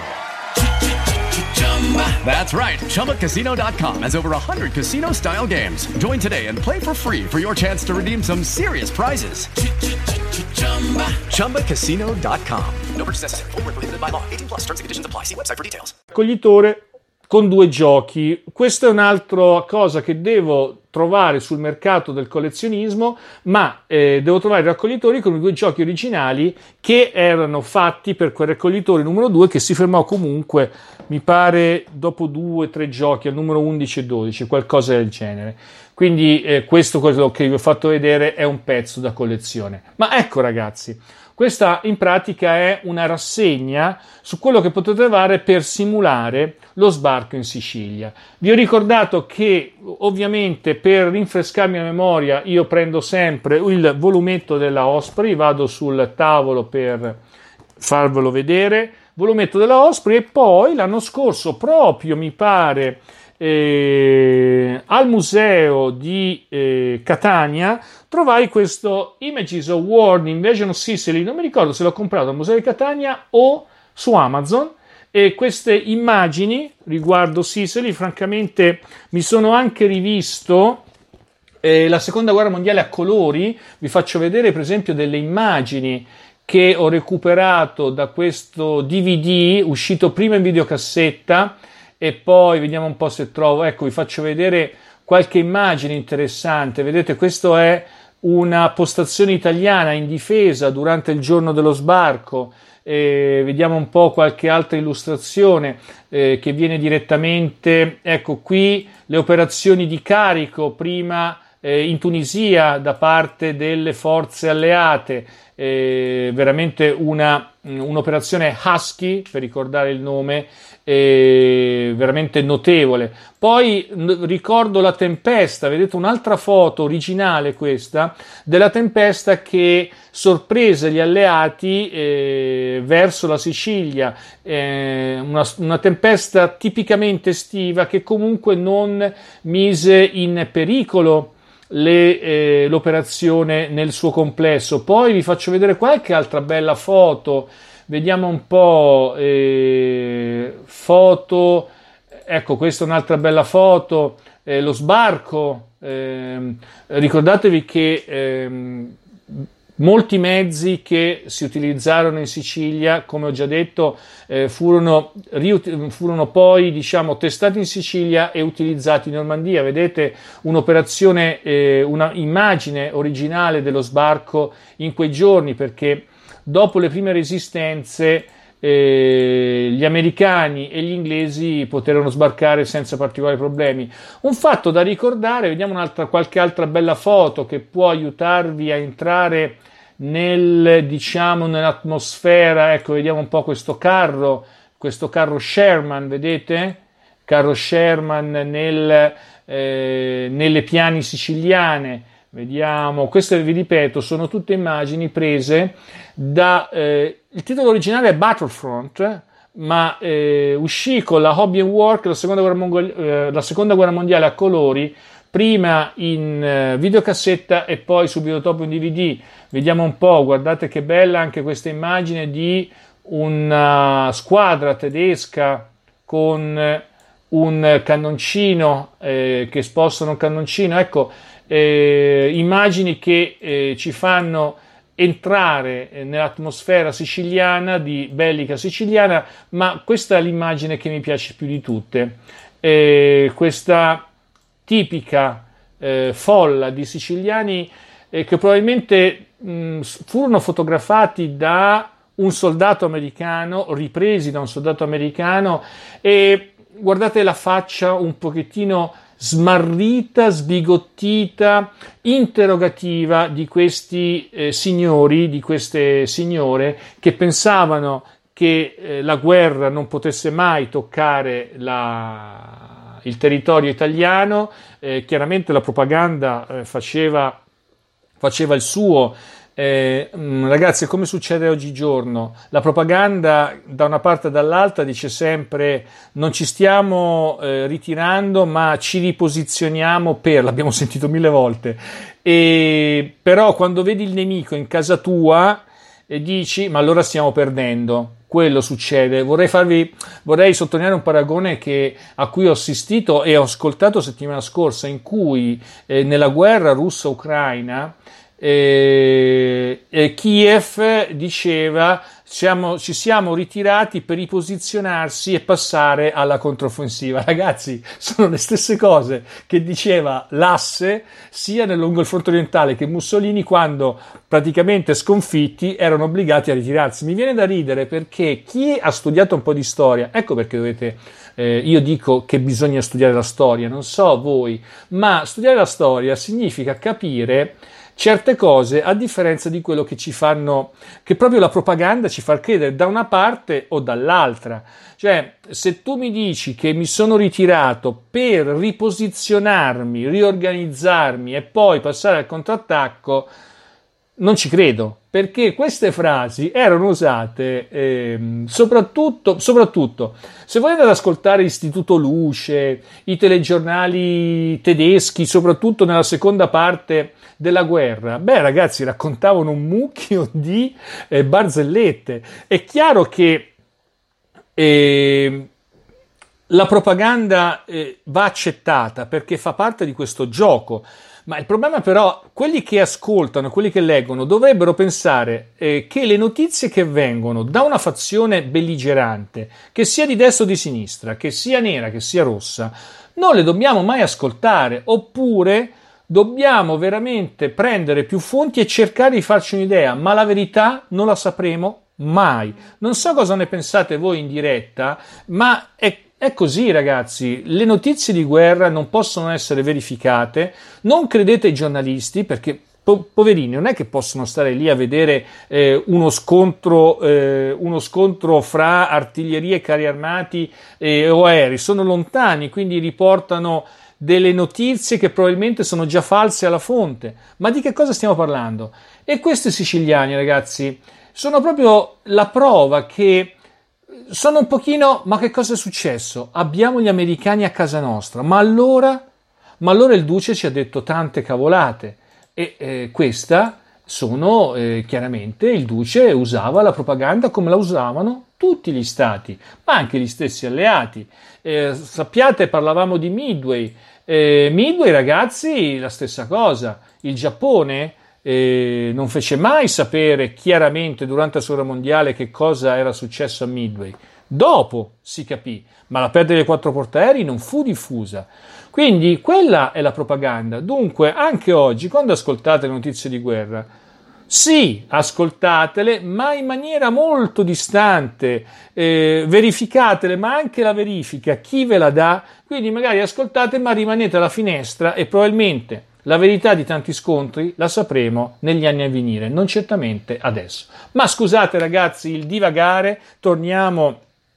That's right. Chumba Casino dot com has over one hundred casino-style games. Join today and play for free for your chance to redeem some serious prizes. Chumba Casino dot com. No purchase necessary. Void where prohibited by law. eighteen plus terms and conditions apply. See website for details. Raccoglitore con due giochi. Questa è un'altra cosa che devo trovare sul mercato del collezionismo, ma eh, devo trovare i raccoglitori con i due giochi originali che erano fatti per quel raccoglitore numero due, che si fermò comunque, mi pare, dopo due o tre giochi, al numero undici e dodici, qualcosa del genere. Quindi eh, questo, quello che vi ho fatto vedere, è un pezzo da collezione. Ma ecco ragazzi, questa in pratica è una rassegna su quello che potete fare per simulare lo sbarco in Sicilia. Vi ho ricordato che ovviamente, per rinfrescarmi la memoria, io prendo sempre il volumetto della Osprey, vado sul tavolo per farvelo vedere, volumetto della Osprey, e poi l'anno scorso, proprio mi pare eh, al museo di eh, Catania, trovai questo Images of War Invasion of Sicily. Non mi ricordo se l'ho comprato al museo di Catania o su Amazon, e queste immagini riguardo Sicily, francamente mi sono anche rivisto eh, la seconda guerra mondiale a colori. Vi faccio vedere per esempio delle immagini che ho recuperato da questo D V D uscito prima in videocassetta, e poi vediamo un po' se trovo, ecco, vi faccio vedere qualche immagine interessante. Vedete, questo è una postazione italiana in difesa durante il giorno dello sbarco. Eh, vediamo un po' qualche altra illustrazione eh, che viene direttamente, ecco qui le operazioni di carico prima eh, in Tunisia da parte delle forze alleate, eh, veramente una, un'operazione Husky, per ricordare il nome, eh, veramente notevole. Poi n- ricordo la tempesta, vedete un'altra foto originale questa, della tempesta che sorprese gli alleati eh, verso la Sicilia, eh, una, una tempesta tipicamente estiva che comunque non mise in pericolo le, eh, l'operazione nel suo complesso. Poi vi faccio vedere qualche altra bella foto, vediamo un po', eh, foto, ecco questa è un'altra bella foto, eh, lo sbarco, eh, ricordatevi che eh, molti mezzi che si utilizzarono in Sicilia, come ho già detto, eh, furono, riut- furono poi diciamo testati in Sicilia e utilizzati in Normandia. Vedete un'operazione, eh, una immagine originale dello sbarco in quei giorni, perché dopo le prime resistenze eh, gli americani e gli inglesi poterono sbarcare senza particolari problemi. Un fatto da ricordare, vediamo un'altra, qualche altra bella foto che può aiutarvi a entrare nel, diciamo, nell'atmosfera. Ecco, vediamo un po' questo carro, questo carro Sherman, vedete? Carro Sherman nel, eh, nelle piani siciliane. Vediamo, queste vi ripeto, sono tutte immagini prese da, eh, il titolo originale è Battlefront, ma eh, uscì con la Hobby and Work la seconda guerra, mongol- eh, la seconda guerra mondiale a colori, prima in eh, videocassetta e poi subito dopo in D V D. Vediamo un po', guardate che bella anche questa immagine di una squadra tedesca con eh, un cannoncino eh, che spostano un cannoncino, ecco, eh, immagini che eh, ci fanno entrare nell'atmosfera siciliana, di bellica siciliana, ma questa è l'immagine che mi piace più di tutte, eh, questa tipica eh, folla di siciliani eh, che probabilmente mh, furono fotografati da un soldato americano, ripresi da un soldato americano, e guardate la faccia un pochettino smarrita, sbigottita, interrogativa di questi eh, signori, di queste signore che pensavano che eh, la guerra non potesse mai toccare la, il territorio italiano. Eh, chiaramente la propaganda eh, faceva, faceva il suo. Eh, ragazzi, come succede oggigiorno, la propaganda da una parte e dall'altra dice sempre non ci stiamo eh, ritirando ma ci riposizioniamo per, l'abbiamo sentito mille volte, e però quando vedi il nemico in casa tua e dici ma allora stiamo perdendo. Quello succede. Vorrei farvi, vorrei sottolineare un paragone che, a cui ho assistito e ho ascoltato settimana scorsa, in cui eh, nella guerra russa-ucraina Eh, eh, Kiev diceva siamo, ci siamo ritirati per riposizionarsi e passare alla controffensiva. Ragazzi, sono le stesse cose che diceva l'Asse sia nel lungo il fronte orientale che Mussolini, quando praticamente sconfitti erano obbligati a ritirarsi. Mi viene da ridere perché chi ha studiato un po' di storia, ecco perché dovete eh, io dico che bisogna studiare la storia, non so voi, ma studiare la storia significa capire certe cose, a differenza di quello che ci fanno, che proprio la propaganda ci fa credere da una parte o dall'altra. Cioè, se tu mi dici che mi sono ritirato per riposizionarmi, riorganizzarmi e poi passare al contrattacco, non ci credo, perché queste frasi erano usate eh, soprattutto, soprattutto se voi andate ad ascoltare Istituto Luce, i telegiornali tedeschi, soprattutto nella seconda parte della guerra, beh ragazzi, raccontavano un mucchio di eh, barzellette. È chiaro che eh, la propaganda eh, va accettata perché fa parte di questo gioco, ma il problema però, quelli che ascoltano, quelli che leggono, dovrebbero pensare eh, che le notizie che vengono da una fazione belligerante, che sia di destra o di sinistra, che sia nera, che sia rossa, non le dobbiamo mai ascoltare, oppure dobbiamo veramente prendere più fonti e cercare di farci un'idea, ma la verità non la sapremo mai. Non so cosa ne pensate voi in diretta, ma è, è così, ragazzi. Le notizie di guerra non possono essere verificate. Non credete ai giornalisti, perché po- poverini non è che possono stare lì a vedere eh, uno scontro eh, uno scontro fra artiglierie e carri armati eh, o aerei. Sono lontani, quindi riportano delle notizie che probabilmente sono già false alla fonte. Ma di che cosa stiamo parlando? E questi siciliani, ragazzi, sono proprio la prova che sono un pochino, ma che cosa è successo? Abbiamo gli americani a casa nostra, ma allora, ma allora il duce ci ha detto tante cavolate, e eh, questa sono eh, chiaramente, il duce usava la propaganda come la usavano tutti gli stati, ma anche gli stessi alleati. Eh, sappiate, parlavamo di Midway. Eh, Midway, ragazzi, la stessa cosa. Il Giappone eh, non fece mai sapere chiaramente durante la guerra mondiale che cosa era successo a Midway. Dopo si capì, ma la perdita dei quattro portaerei non fu diffusa. Quindi quella è la propaganda. Dunque, anche oggi, quando ascoltate le notizie di guerra, sì, ascoltatele, ma in maniera molto distante, eh, verificatele, ma anche la verifica, chi ve la dà, quindi magari ascoltate, ma rimanete alla finestra e probabilmente la verità di tanti scontri la sapremo negli anni a venire, non certamente adesso. Ma scusate ragazzi, il divagare, torniamo,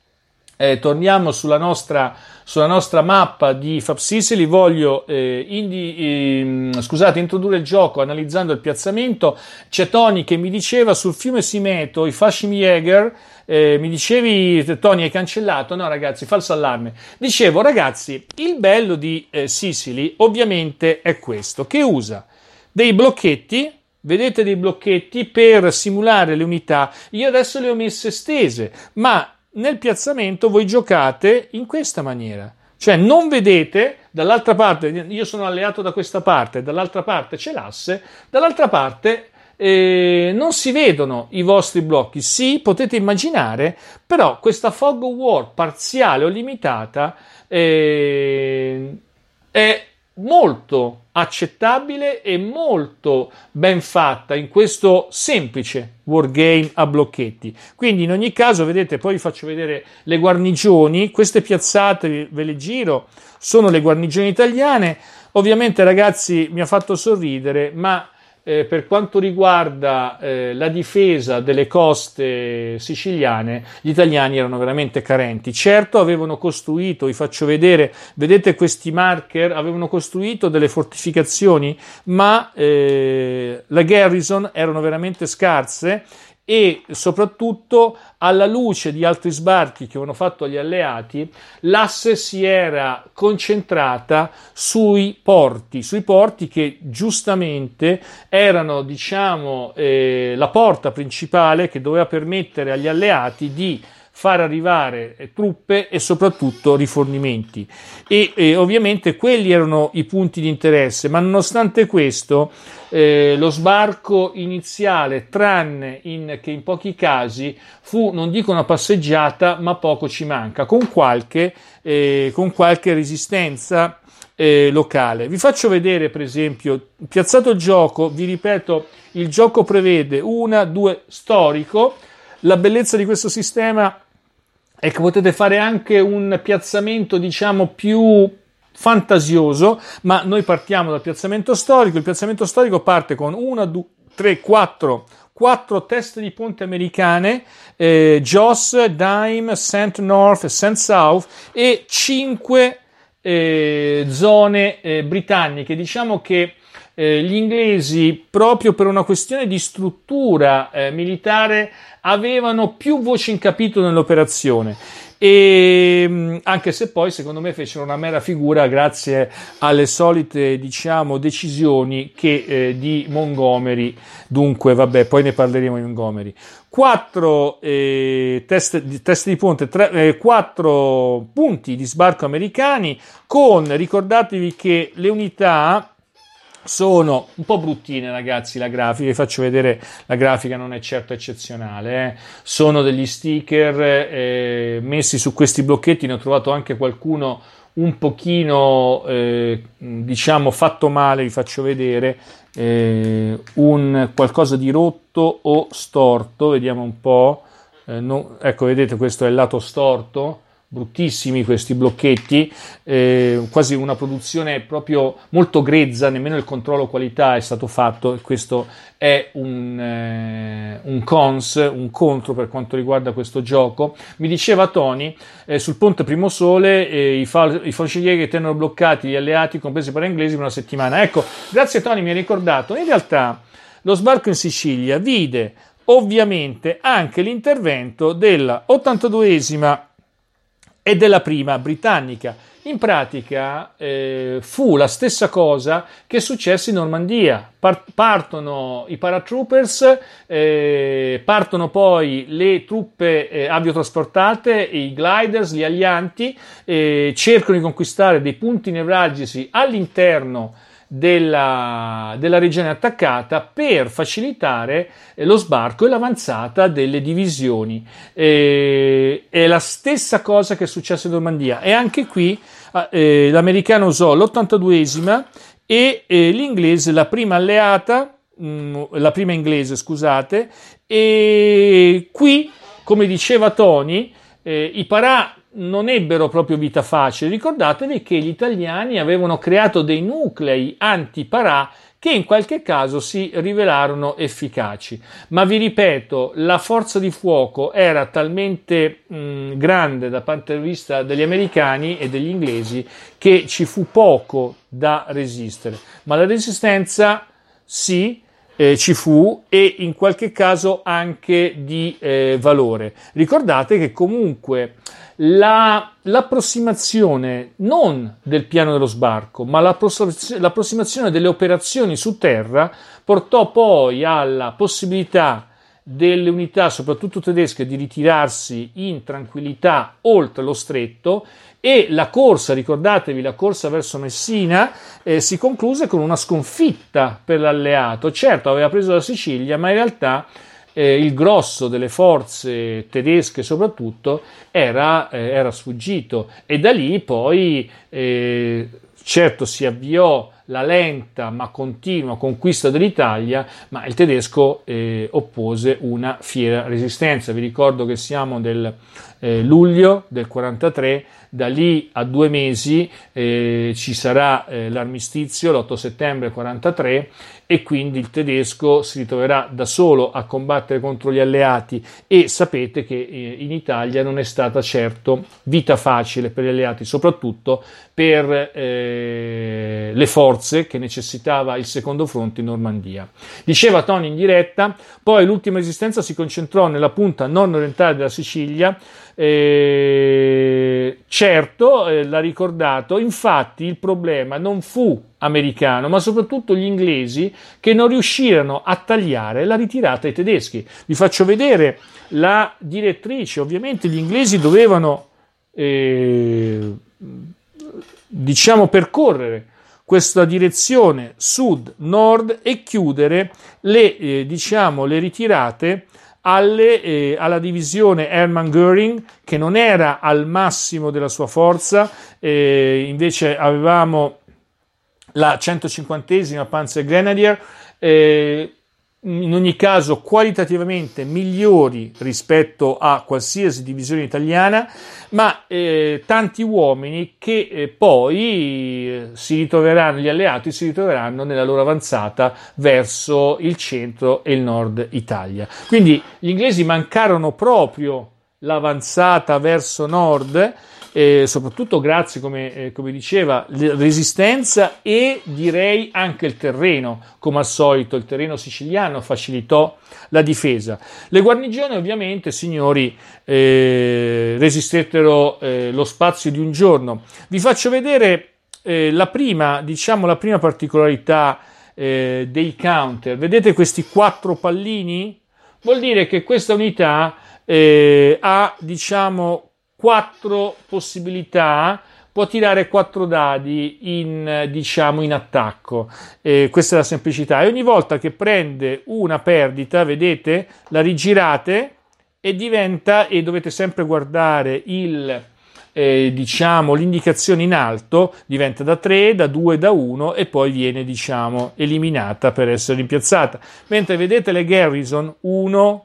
eh, torniamo sulla nostra... Sulla nostra mappa di Fab Sicily voglio eh, indi, eh, scusate, introdurre il gioco analizzando il piazzamento. C'è Tony che mi diceva sul fiume Simeto, i Fallschirmjäger, eh, mi dicevi Tony hai cancellato? No ragazzi, falso allarme. Dicevo ragazzi, il bello di eh, Sicily ovviamente è questo, che usa dei blocchetti, vedete dei blocchetti per simulare le unità. Io adesso le ho messe stese, ma nel piazzamento voi giocate in questa maniera, cioè non vedete dall'altra parte, io sono alleato da questa parte, dall'altra parte c'è l'asse, dall'altra parte eh, non si vedono i vostri blocchi. Sì, potete immaginare, però questa fog of war parziale o limitata eh, è molto accettabile e molto ben fatta in questo semplice wargame a blocchetti. Quindi in ogni caso, vedete, poi vi faccio vedere le guarnigioni. Queste piazzate, ve le giro, sono le guarnigioni italiane. Ovviamente ragazzi mi ha fatto sorridere, ma eh, per quanto riguarda eh, la difesa delle coste siciliane, gli italiani erano veramente carenti. Certo, avevano costruito, vi faccio vedere, vedete questi marker, avevano costruito delle fortificazioni, ma eh, le garrison erano veramente scarse, e soprattutto alla luce di altri sbarchi che avevano fatto gli alleati, l'asse si era concentrata sui porti, sui porti che giustamente erano, diciamo, eh, la porta principale che doveva permettere agli alleati di far arrivare eh, truppe e soprattutto rifornimenti, e, e ovviamente quelli erano i punti di interesse. Ma nonostante questo eh, lo sbarco iniziale, tranne in, che in pochi casi fu, non dico una passeggiata, ma poco ci manca, con qualche, eh, con qualche resistenza eh, locale. Vi faccio vedere, per esempio, piazzato il gioco, vi ripeto, il gioco prevede una, due, storico. La bellezza di questo sistema è che potete fare anche un piazzamento, diciamo, più fantasioso, ma noi partiamo dal piazzamento storico. Il piazzamento storico parte con una, due, tre, quattro, quattro teste di ponte americane, eh, Joss, Dime, Saint North e Saint South, e cinque eh, zone eh, britanniche. Diciamo che Eh, gli inglesi, proprio per una questione di struttura eh, militare, avevano più voce in capitolo nell'operazione, e mh, anche se poi secondo me fecero una mera figura grazie alle solite, diciamo, decisioni che eh, di Montgomery. Dunque vabbè, poi ne parleremo di Montgomery. Quattro eh, teste, teste di ponte, tre, eh, quattro punti di sbarco americani, con, ricordatevi che le unità sono un po' bruttine, ragazzi. La grafica, vi faccio vedere, la grafica non è certo eccezionale, eh. Sono degli sticker eh, messi su questi blocchetti. Ne ho trovato anche qualcuno un pochino eh, diciamo fatto male. Vi faccio vedere eh, un qualcosa di rotto o storto, vediamo un po'. eh, no, ecco, vedete, questo è il lato storto, bruttissimi questi blocchetti, eh, quasi una produzione proprio molto grezza, nemmeno il controllo qualità è stato fatto, e questo è un, eh, un cons, un contro per quanto riguarda questo gioco. Mi diceva Tony, eh, sul ponte Primosole eh, i, fal- i falcidieri che tengono bloccati gli alleati, compresi i parainglesi, per una settimana. Ecco, grazie Tony, mi hai ricordato. In realtà lo sbarco in Sicilia vide ovviamente anche l'intervento della ottantaduesima e della prima britannica. In pratica eh, fu la stessa cosa che successe in Normandia. Part- partono i paratroopers, eh, partono poi le truppe eh, aviotrasportate, i gliders, gli alianti, eh, cercano di conquistare dei punti nevralgici all'interno Della, della regione attaccata per facilitare eh, lo sbarco e l'avanzata delle divisioni. Eh, è la stessa cosa che è successa in Normandia, e anche qui eh, l'americano usò l'ottantaduesima e eh, l'inglese la prima alleata, mh, la prima inglese, scusate, e qui, come diceva Tony, eh, i parà non ebbero proprio vita facile. Ricordatevi che gli italiani avevano creato dei nuclei anti-parà che in qualche caso si rivelarono efficaci, ma vi ripeto, la forza di fuoco era talmente mh, grande dal punto di vista degli americani e degli inglesi che ci fu poco da resistere, ma la resistenza sì, Eh, ci fu, e in qualche caso anche di eh, valore. Ricordate che comunque la, l'approssimazione non del piano dello sbarco, ma l'approssimazione, l'approssimazione delle operazioni su terra portò poi alla possibilità delle unità, soprattutto tedesche, di ritirarsi in tranquillità oltre lo stretto, e la corsa, ricordatevi, la corsa verso Messina eh, si concluse con una sconfitta per l'alleato. Certo, aveva preso la Sicilia, ma in realtà eh, il grosso delle forze tedesche soprattutto era, eh, era sfuggito, e da lì poi eh, certo si avviò la lenta ma continua conquista dell'Italia, ma il tedesco eh, oppose una fiera resistenza. Vi ricordo che siamo del eh, luglio del quarantatré, da lì a due mesi eh, ci sarà eh, l'armistizio, l'otto settembre quarantatré, e quindi il tedesco si ritroverà da solo a combattere contro gli alleati, e sapete che eh, in Italia non è stata certo vita facile per gli alleati, soprattutto per eh, le forze che necessitava il secondo fronte in Normandia. Diceva Tony in diretta, poi l'ultima resistenza si concentrò nella punta nord-orientale della Sicilia. Eh, certo, eh, l'ha ricordato, infatti il problema non fu americano, ma soprattutto gli inglesi, che non riuscirono a tagliare la ritirata ai tedeschi. Vi faccio vedere la direttrice. Ovviamente gli inglesi dovevano eh, diciamo percorrere questa direzione sud-nord e chiudere le, eh, diciamo, le ritirate Alle, eh, alla divisione Hermann Göring, che non era al massimo della sua forza. Eh, invece avevamo la centocinquantesima Panzergrenadier, eh, in ogni caso qualitativamente migliori rispetto a qualsiasi divisione italiana, ma eh, tanti uomini che eh, poi eh, si ritroveranno, gli alleati si ritroveranno nella loro avanzata verso il centro e il nord Italia. Quindi gli inglesi mancarono proprio l'avanzata verso nord, eh, soprattutto grazie, come, eh, come diceva, la resistenza e direi anche il terreno. Come al solito il terreno siciliano facilitò la difesa. Le guarnigioni ovviamente, signori, eh, resistettero eh, lo spazio di un giorno. Vi faccio vedere eh, la prima, diciamo, la prima particolarità eh, dei counter. Vedete questi quattro pallini? Vuol dire che questa unità eh, ha, diciamo, quattro possibilità, può tirare quattro dadi in, diciamo, in attacco. Eh, questa è la semplicità, e ogni volta che prende una perdita, vedete, la rigirate e diventa, e dovete sempre guardare il eh, diciamo l'indicazione in alto, diventa da tre, da due, da uno, e poi viene, diciamo, eliminata per essere rimpiazzata. Mentre vedete le garrison uno,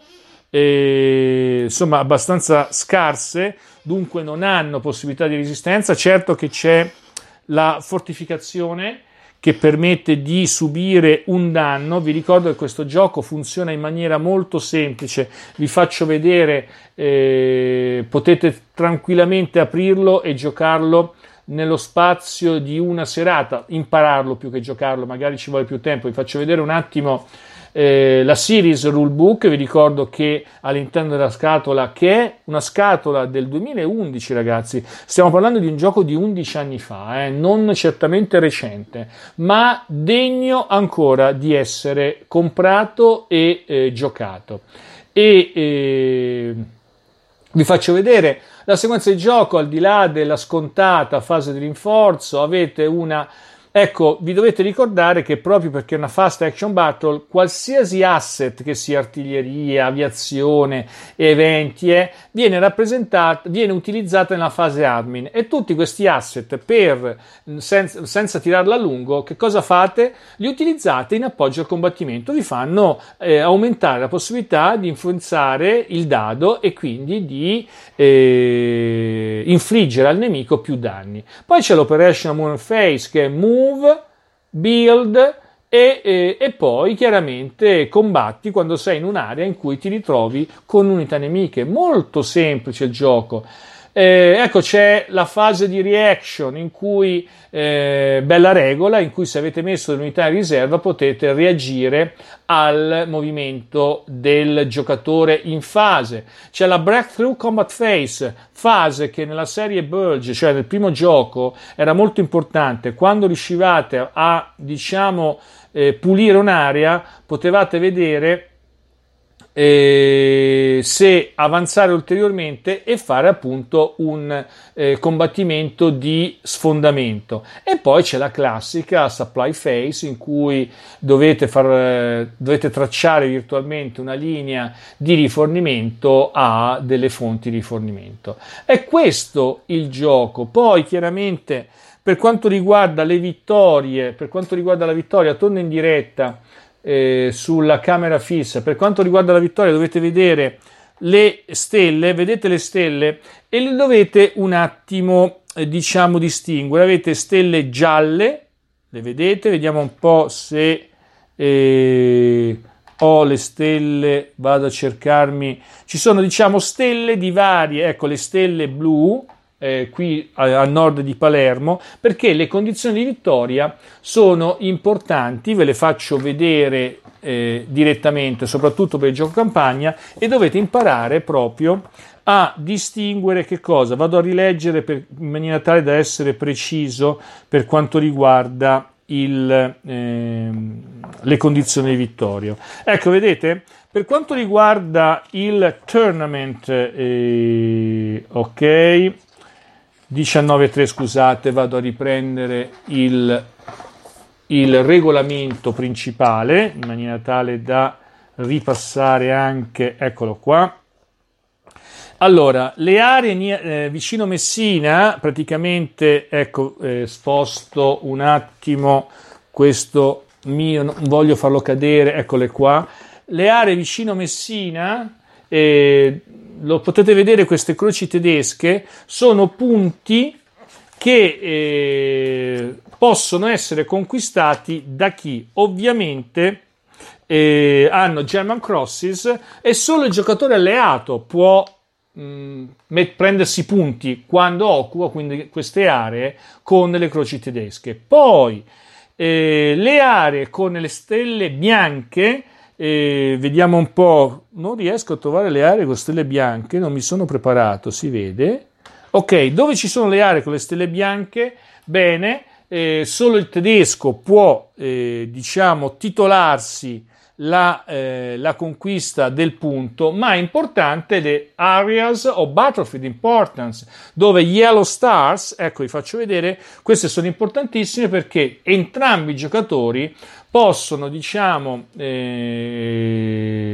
eh, insomma abbastanza scarse, dunque non hanno possibilità di resistenza. Certo che c'è la fortificazione che permette di subire un danno. Vi ricordo che questo gioco funziona in maniera molto semplice, vi faccio vedere, eh, potete tranquillamente aprirlo e giocarlo nello spazio di una serata, impararlo più che giocarlo, magari ci vuole più tempo. Vi faccio vedere un attimo eh, la series rulebook. Vi ricordo che all'interno della scatola, che è una scatola del duemilaundici, ragazzi, stiamo parlando di un gioco di undici anni fa, eh, non certamente recente, ma degno ancora di essere comprato e eh, giocato. E eh, vi faccio vedere la sequenza di gioco. Al di là della scontata fase di rinforzo, avete una... Ecco, vi dovete ricordare che proprio perché è una fast action battle, qualsiasi asset, che sia artiglieria, aviazione, eventi, eh, viene rappresentata, viene utilizzata nella fase admin, e tutti questi asset, per senza, senza tirarla a lungo, che cosa fate? Li utilizzate in appoggio al combattimento, vi fanno eh, aumentare la possibilità di influenzare il dado e quindi di eh, infliggere al nemico più danni. Poi c'è l'Operation Moon Phase, che è move, build e, e, e poi chiaramente combatti quando sei in un'area in cui ti ritrovi con unità nemiche. Molto semplice il gioco. Eh, ecco, c'è la fase di reaction, in cui eh, bella regola, in cui se avete messo le unità in riserva potete reagire al movimento del giocatore in fase. C'è la breakthrough combat phase, fase che nella serie Bulge, cioè nel primo gioco, era molto importante. Quando riuscivate a, diciamo, eh, pulire un'area, potevate vedere Eh, se avanzare ulteriormente e fare appunto un eh, combattimento di sfondamento. E poi c'è la classica supply phase, in cui dovete, far, eh, dovete tracciare virtualmente una linea di rifornimento a delle fonti di rifornimento. È questo il gioco. Poi chiaramente per quanto riguarda le vittorie, per quanto riguarda la vittoria, torno in diretta Eh, sulla camera fissa. Per quanto riguarda la vittoria, dovete vedere le stelle, vedete le stelle e le dovete un attimo eh, diciamo distinguere. Avete stelle gialle, le vedete, vediamo un po' se eh, ho le stelle, vado a cercarmi, ci sono diciamo stelle di varie, ecco le stelle blu Eh, qui a, a nord di Palermo, perché le condizioni di vittoria sono importanti. Ve le faccio vedere eh, direttamente, soprattutto per il gioco campagna, e dovete imparare proprio a distinguere che cosa. Vado a rileggere per, in maniera tale da essere preciso per quanto riguarda il, eh, le condizioni di vittoria. Ecco, vedete, per quanto riguarda il tournament, eh, ok, diciannove tre, scusate, vado a riprendere il, il regolamento principale in maniera tale da ripassare anche, eccolo qua. Allora, le aree eh, vicino Messina, praticamente, ecco, eh, sposto un attimo questo mio, non voglio farlo cadere, eccole qua. Le aree vicino Messina, eh, lo potete vedere, queste croci tedesche sono punti che eh, possono essere conquistati da chi ovviamente eh, hanno German Crosses, e solo il giocatore alleato può mh, prendersi punti quando occupa quindi queste aree con le croci tedesche. Poi eh, le aree con le stelle bianche, E vediamo un po', non riesco a trovare le aree con stelle bianche, non mi sono preparato, si vede. Ok, dove ci sono le aree con le stelle bianche? Bene, eh, solo il tedesco può, eh, diciamo, titolarsi la, eh, la conquista del punto, ma è importante le areas of battlefield importance, dove yellow stars, ecco vi faccio vedere, queste sono importantissime perché entrambi i giocatori possono, diciamo, eh,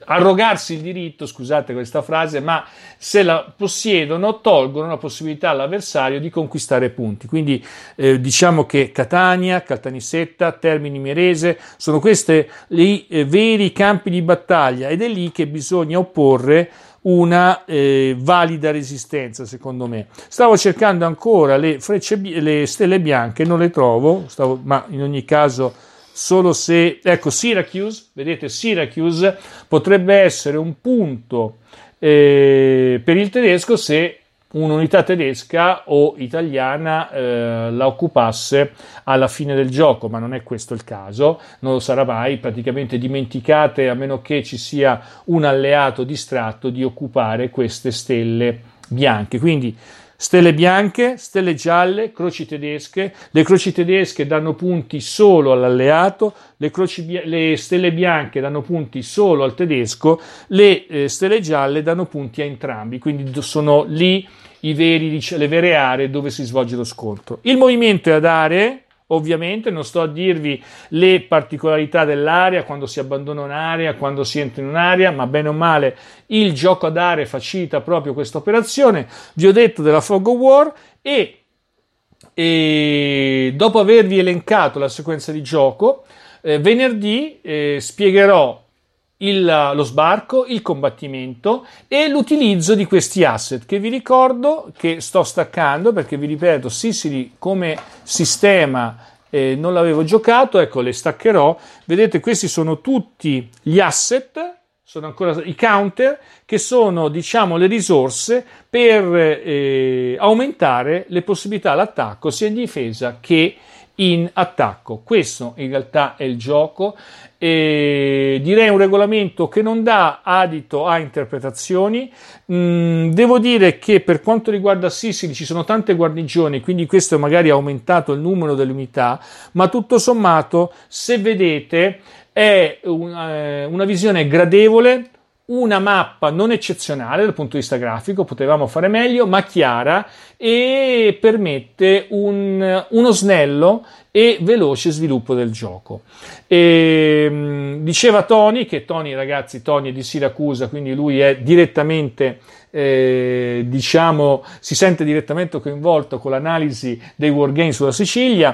arrogarsi il diritto, scusate questa frase, ma se la possiedono tolgono la possibilità all'avversario di conquistare punti. Quindi eh, diciamo che Catania, Caltanissetta, Termini Imerese sono questi i eh, veri campi di battaglia, ed è lì che bisogna opporre una eh, valida resistenza, secondo me. Stavo cercando ancora le frecce, le stelle bianche, non le trovo, stavo, ma in ogni caso solo se, ecco, Syracuse, vedete, Syracuse potrebbe essere un punto eh, per il tedesco se un'unità tedesca o italiana eh, la occupasse alla fine del gioco, ma non è questo il caso, non lo sarà mai. Praticamente dimenticate, a meno che ci sia un alleato distratto, di occupare queste stelle bianche. Quindi stelle bianche, stelle gialle, croci tedesche. Le croci tedesche danno punti solo all'alleato, le, croci, le stelle bianche danno punti solo al tedesco, le eh, stelle gialle danno punti a entrambi, quindi sono lì i veri, le vere aree dove si svolge lo scontro. Il movimento è ad aree, ovviamente, non sto a dirvi le particolarità dell'area, quando si abbandona un'area, quando si entra in un'area, ma bene o male il gioco ad aree facilita proprio questa operazione. Vi ho detto della Fog of War e, e dopo avervi elencato la sequenza di gioco, eh, venerdì eh, spiegherò Il, lo sbarco, il combattimento e l'utilizzo di questi asset, che vi ricordo che sto staccando, perché vi ripeto, Sicily come sistema eh, non l'avevo giocato, ecco, le staccherò. Vedete, questi sono tutti gli asset, sono ancora i counter, che sono, diciamo, le risorse per eh, aumentare le possibilità all'attacco sia in difesa che in attacco. Questo in realtà è il gioco. E direi un regolamento che non dà adito a interpretazioni. Mm, devo dire che per quanto riguarda Sicily ci sono tante guarnigioni, quindi questo magari ha aumentato il numero delle unità, ma tutto sommato, se vedete, è una, una visione gradevole, una mappa non eccezionale dal punto di vista grafico, potevamo fare meglio, ma chiara, e permette un, uno snello e veloce sviluppo del gioco. E, diceva Tony, che Tony, ragazzi, Tony è di Siracusa, quindi lui è direttamente, eh, diciamo, si sente direttamente coinvolto con l'analisi dei wargame sulla Sicilia,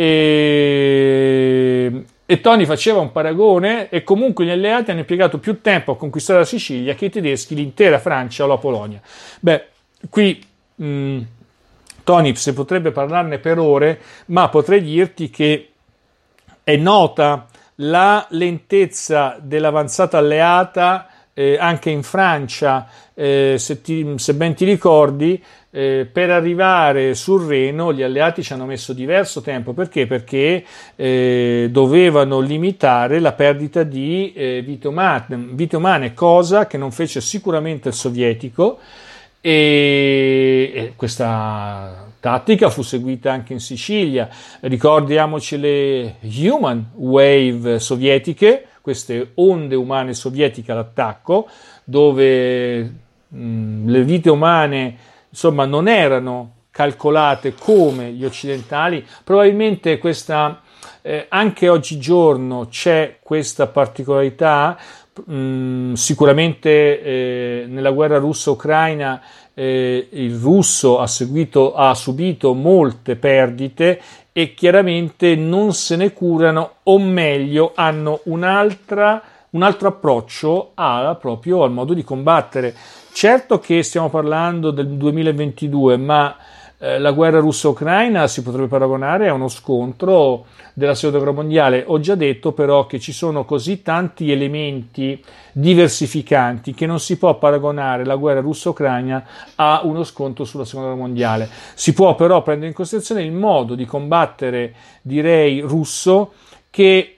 e E Tony faceva un paragone, e comunque gli alleati hanno impiegato più tempo a conquistare la Sicilia che i tedeschi l'intera Francia o la Polonia. Beh, qui mh, Tony se potrebbe parlarne per ore, ma potrei dirti che è nota la lentezza dell'avanzata alleata eh, anche in Francia, eh, se, ti, se ben ti ricordi. Eh, per arrivare sul Reno gli alleati ci hanno messo diverso tempo. Perché? Perché eh, dovevano limitare la perdita di eh, vite umane, vite umane, cosa che non fece sicuramente il sovietico, e, e questa tattica fu seguita anche in Sicilia. Ricordiamoci le Human Wave sovietiche, queste onde umane sovietiche all'attacco, dove mh, le vite umane insomma non erano calcolate come gli occidentali. Probabilmente questa eh, anche oggigiorno c'è questa particolarità. Mh, sicuramente eh, nella guerra russo-ucraina eh, il russo ha, seguito, ha subito molte perdite, e chiaramente non se ne curano, o meglio hanno un'altra un altro approccio a, proprio al modo di combattere. Certo che stiamo parlando del duemilaventidue, ma eh, la guerra russo-ucraina si potrebbe paragonare a uno scontro della seconda guerra mondiale. Ho già detto però che ci sono così tanti elementi diversificanti che non si può paragonare la guerra russo-ucraina a uno scontro sulla seconda guerra mondiale. Si può però prendere in considerazione il modo di combattere, direi, russo, che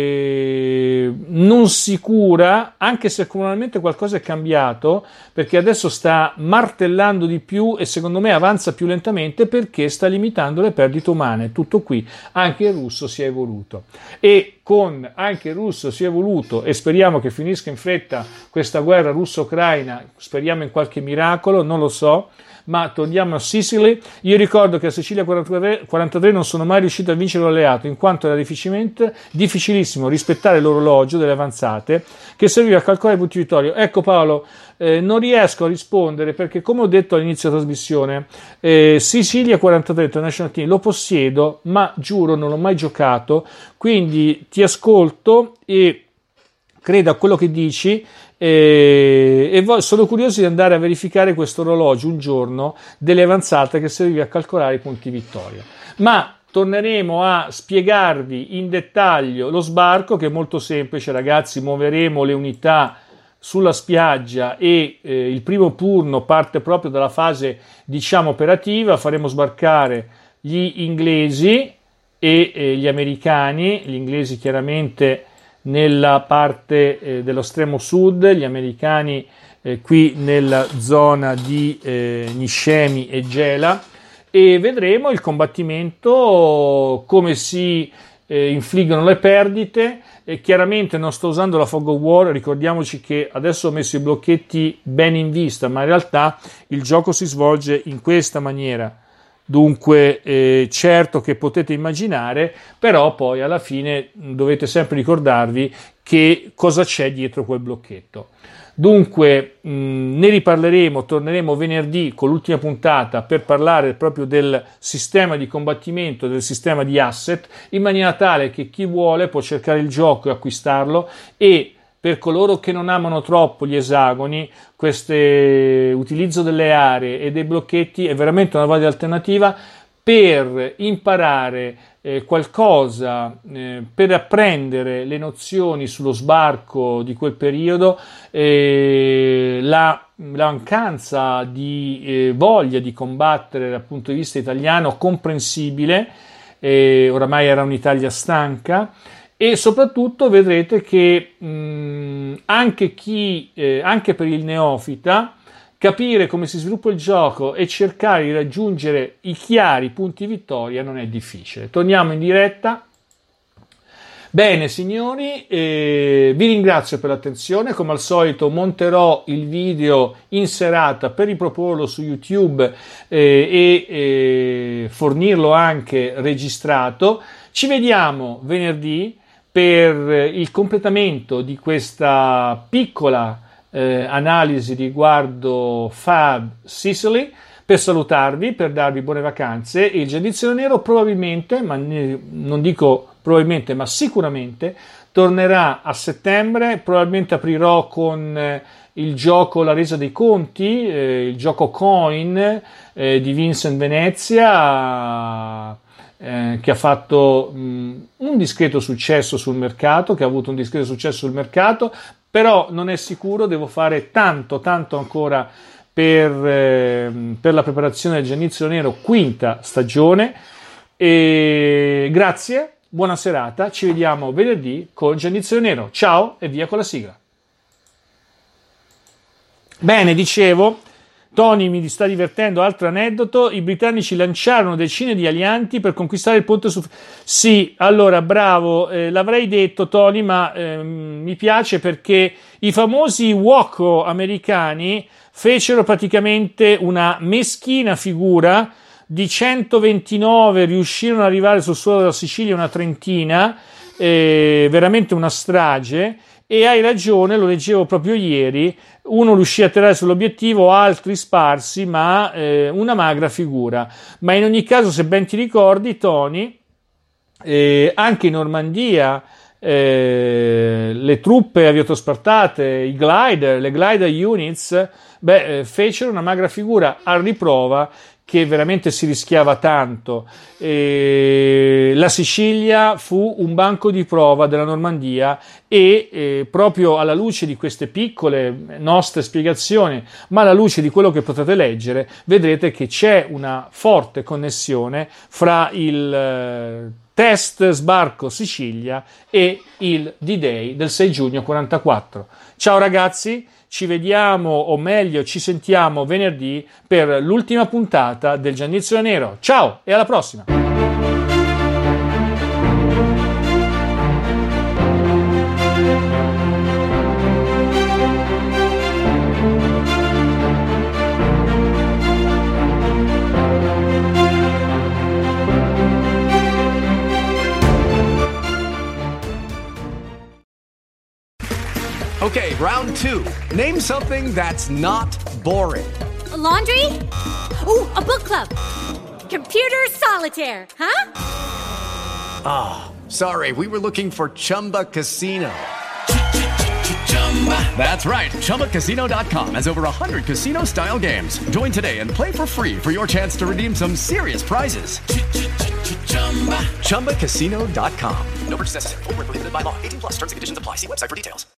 eh, non si cura, anche se comunalmente qualcosa è cambiato, perché adesso sta martellando di più e secondo me avanza più lentamente perché sta limitando le perdite umane. Tutto qui, anche il russo si è evoluto. E con anche il russo si è voluto, e speriamo che finisca in fretta questa guerra russo-ucraina, speriamo in qualche miracolo, non lo so. Ma torniamo a Sicily. Io ricordo che a Sicilia quarantatré non sono mai riuscito a vincere l'alleato, in quanto era difficilmente, difficilissimo rispettare l'orologio delle avanzate che serviva a calcolare i punti vittoria. Ecco Paolo, eh, non riesco a rispondere perché, come ho detto all'inizio della trasmissione, eh, Sicilia quarantatré International Team lo possiedo, ma giuro non l'ho mai giocato, quindi ti ascolto e credo a quello che dici. E, e sono curioso di andare a verificare questo orologio un giorno delle avanzate che serviva a calcolare i punti vittoria. Ma torneremo a spiegarvi in dettaglio lo sbarco, che è molto semplice, ragazzi. Muoveremo le unità sulla spiaggia e eh, il primo turno parte proprio dalla fase, diciamo, operativa. Faremo sbarcare gli inglesi e eh, gli americani, gli inglesi chiaramente nella parte eh, dello estremo sud, gli americani eh, qui nella zona di eh, Niscemi e Gela, e vedremo il combattimento, come si eh, infliggono le perdite. E chiaramente non sto usando la fog of war, ricordiamoci che adesso ho messo i blocchetti ben in vista, ma in realtà il gioco si svolge in questa maniera. Dunque eh, certo che potete immaginare, però poi alla fine dovete sempre ricordarvi che cosa c'è dietro quel blocchetto. Dunque mh, ne riparleremo, torneremo venerdì con l'ultima puntata per parlare proprio del sistema di combattimento, del sistema di asset, in maniera tale che chi vuole può cercare il gioco e acquistarlo, e per coloro che non amano troppo gli esagoni, questo utilizzo delle aree e dei blocchetti è veramente una valida alternativa per imparare eh, qualcosa, eh, per apprendere le nozioni sullo sbarco di quel periodo, eh, la, la mancanza di eh, voglia di combattere dal punto di vista italiano comprensibile, eh, oramai era un'Italia stanca. E soprattutto vedrete che mh, anche chi, eh, anche per il neofita, capire come si sviluppa il gioco e cercare di raggiungere i chiari punti vittoria non è difficile. Torniamo in diretta. Bene signori, eh, vi ringrazio per l'attenzione. Come al solito monterò il video in serata per riproporlo su YouTube eh, e eh, fornirlo anche registrato. Ci vediamo venerdì per il completamento di questa piccola eh, analisi riguardo Fab Sicily, per salutarvi, per darvi buone vacanze. Il Giannizzero Nero probabilmente, ma ne, non dico probabilmente, ma sicuramente tornerà a settembre. Probabilmente aprirò con eh, il gioco La resa dei conti, eh, il gioco Coin eh, di Vincent Venezia, Eh, che ha fatto mh, un discreto successo sul mercato, che ha avuto un discreto successo sul mercato, però non è sicuro, devo fare tanto, tanto ancora per, eh, per la preparazione del Giannizzero Nero quinta stagione. E grazie, buona serata, ci vediamo venerdì con Giannizzero Nero. Ciao e via con la sigla. Bene, dicevo, Tony mi sta divertendo, altro aneddoto, i britannici lanciarono decine di alianti per conquistare il ponte su... Sì, allora, bravo, eh, l'avrei detto Tony, ma eh, mi piace perché i famosi Woko americani fecero praticamente una meschina figura, di centoventinove riuscirono ad arrivare sul suolo della Sicilia una trentina, eh, veramente una strage. E hai ragione, lo leggevo proprio ieri, uno riuscì a tirare sull'obiettivo, altri sparsi, ma eh, una magra figura. Ma in ogni caso, se ben ti ricordi, Tony, eh, anche in Normandia eh, le truppe aviatospartate, i glider, le glider units, beh, eh, fecero una magra figura a riprova che veramente si rischiava tanto. E la Sicilia fu un banco di prova della Normandia e eh, proprio alla luce di queste piccole nostre spiegazioni, ma alla luce di quello che potete leggere, vedrete che c'è una forte connessione fra il eh, test sbarco Sicilia e il D-Day del sei giugno quarantaquattro. Ciao ragazzi, ci vediamo, o meglio ci sentiamo venerdì per l'ultima puntata del Giannizzero Nero. Ciao e alla prossima! Okay, round two. Name something that's not boring. A laundry? Ooh, a book club. Computer solitaire, huh? Ah, oh, sorry, we were looking for Chumba Casino. That's right, Chumba Casino dot com has over one hundred casino-style games. Join today and play for free for your chance to redeem some serious prizes. Chumba Casino dot com. No purchase necessary. Void where prohibited by law. eighteen plus terms and conditions apply. See website for details.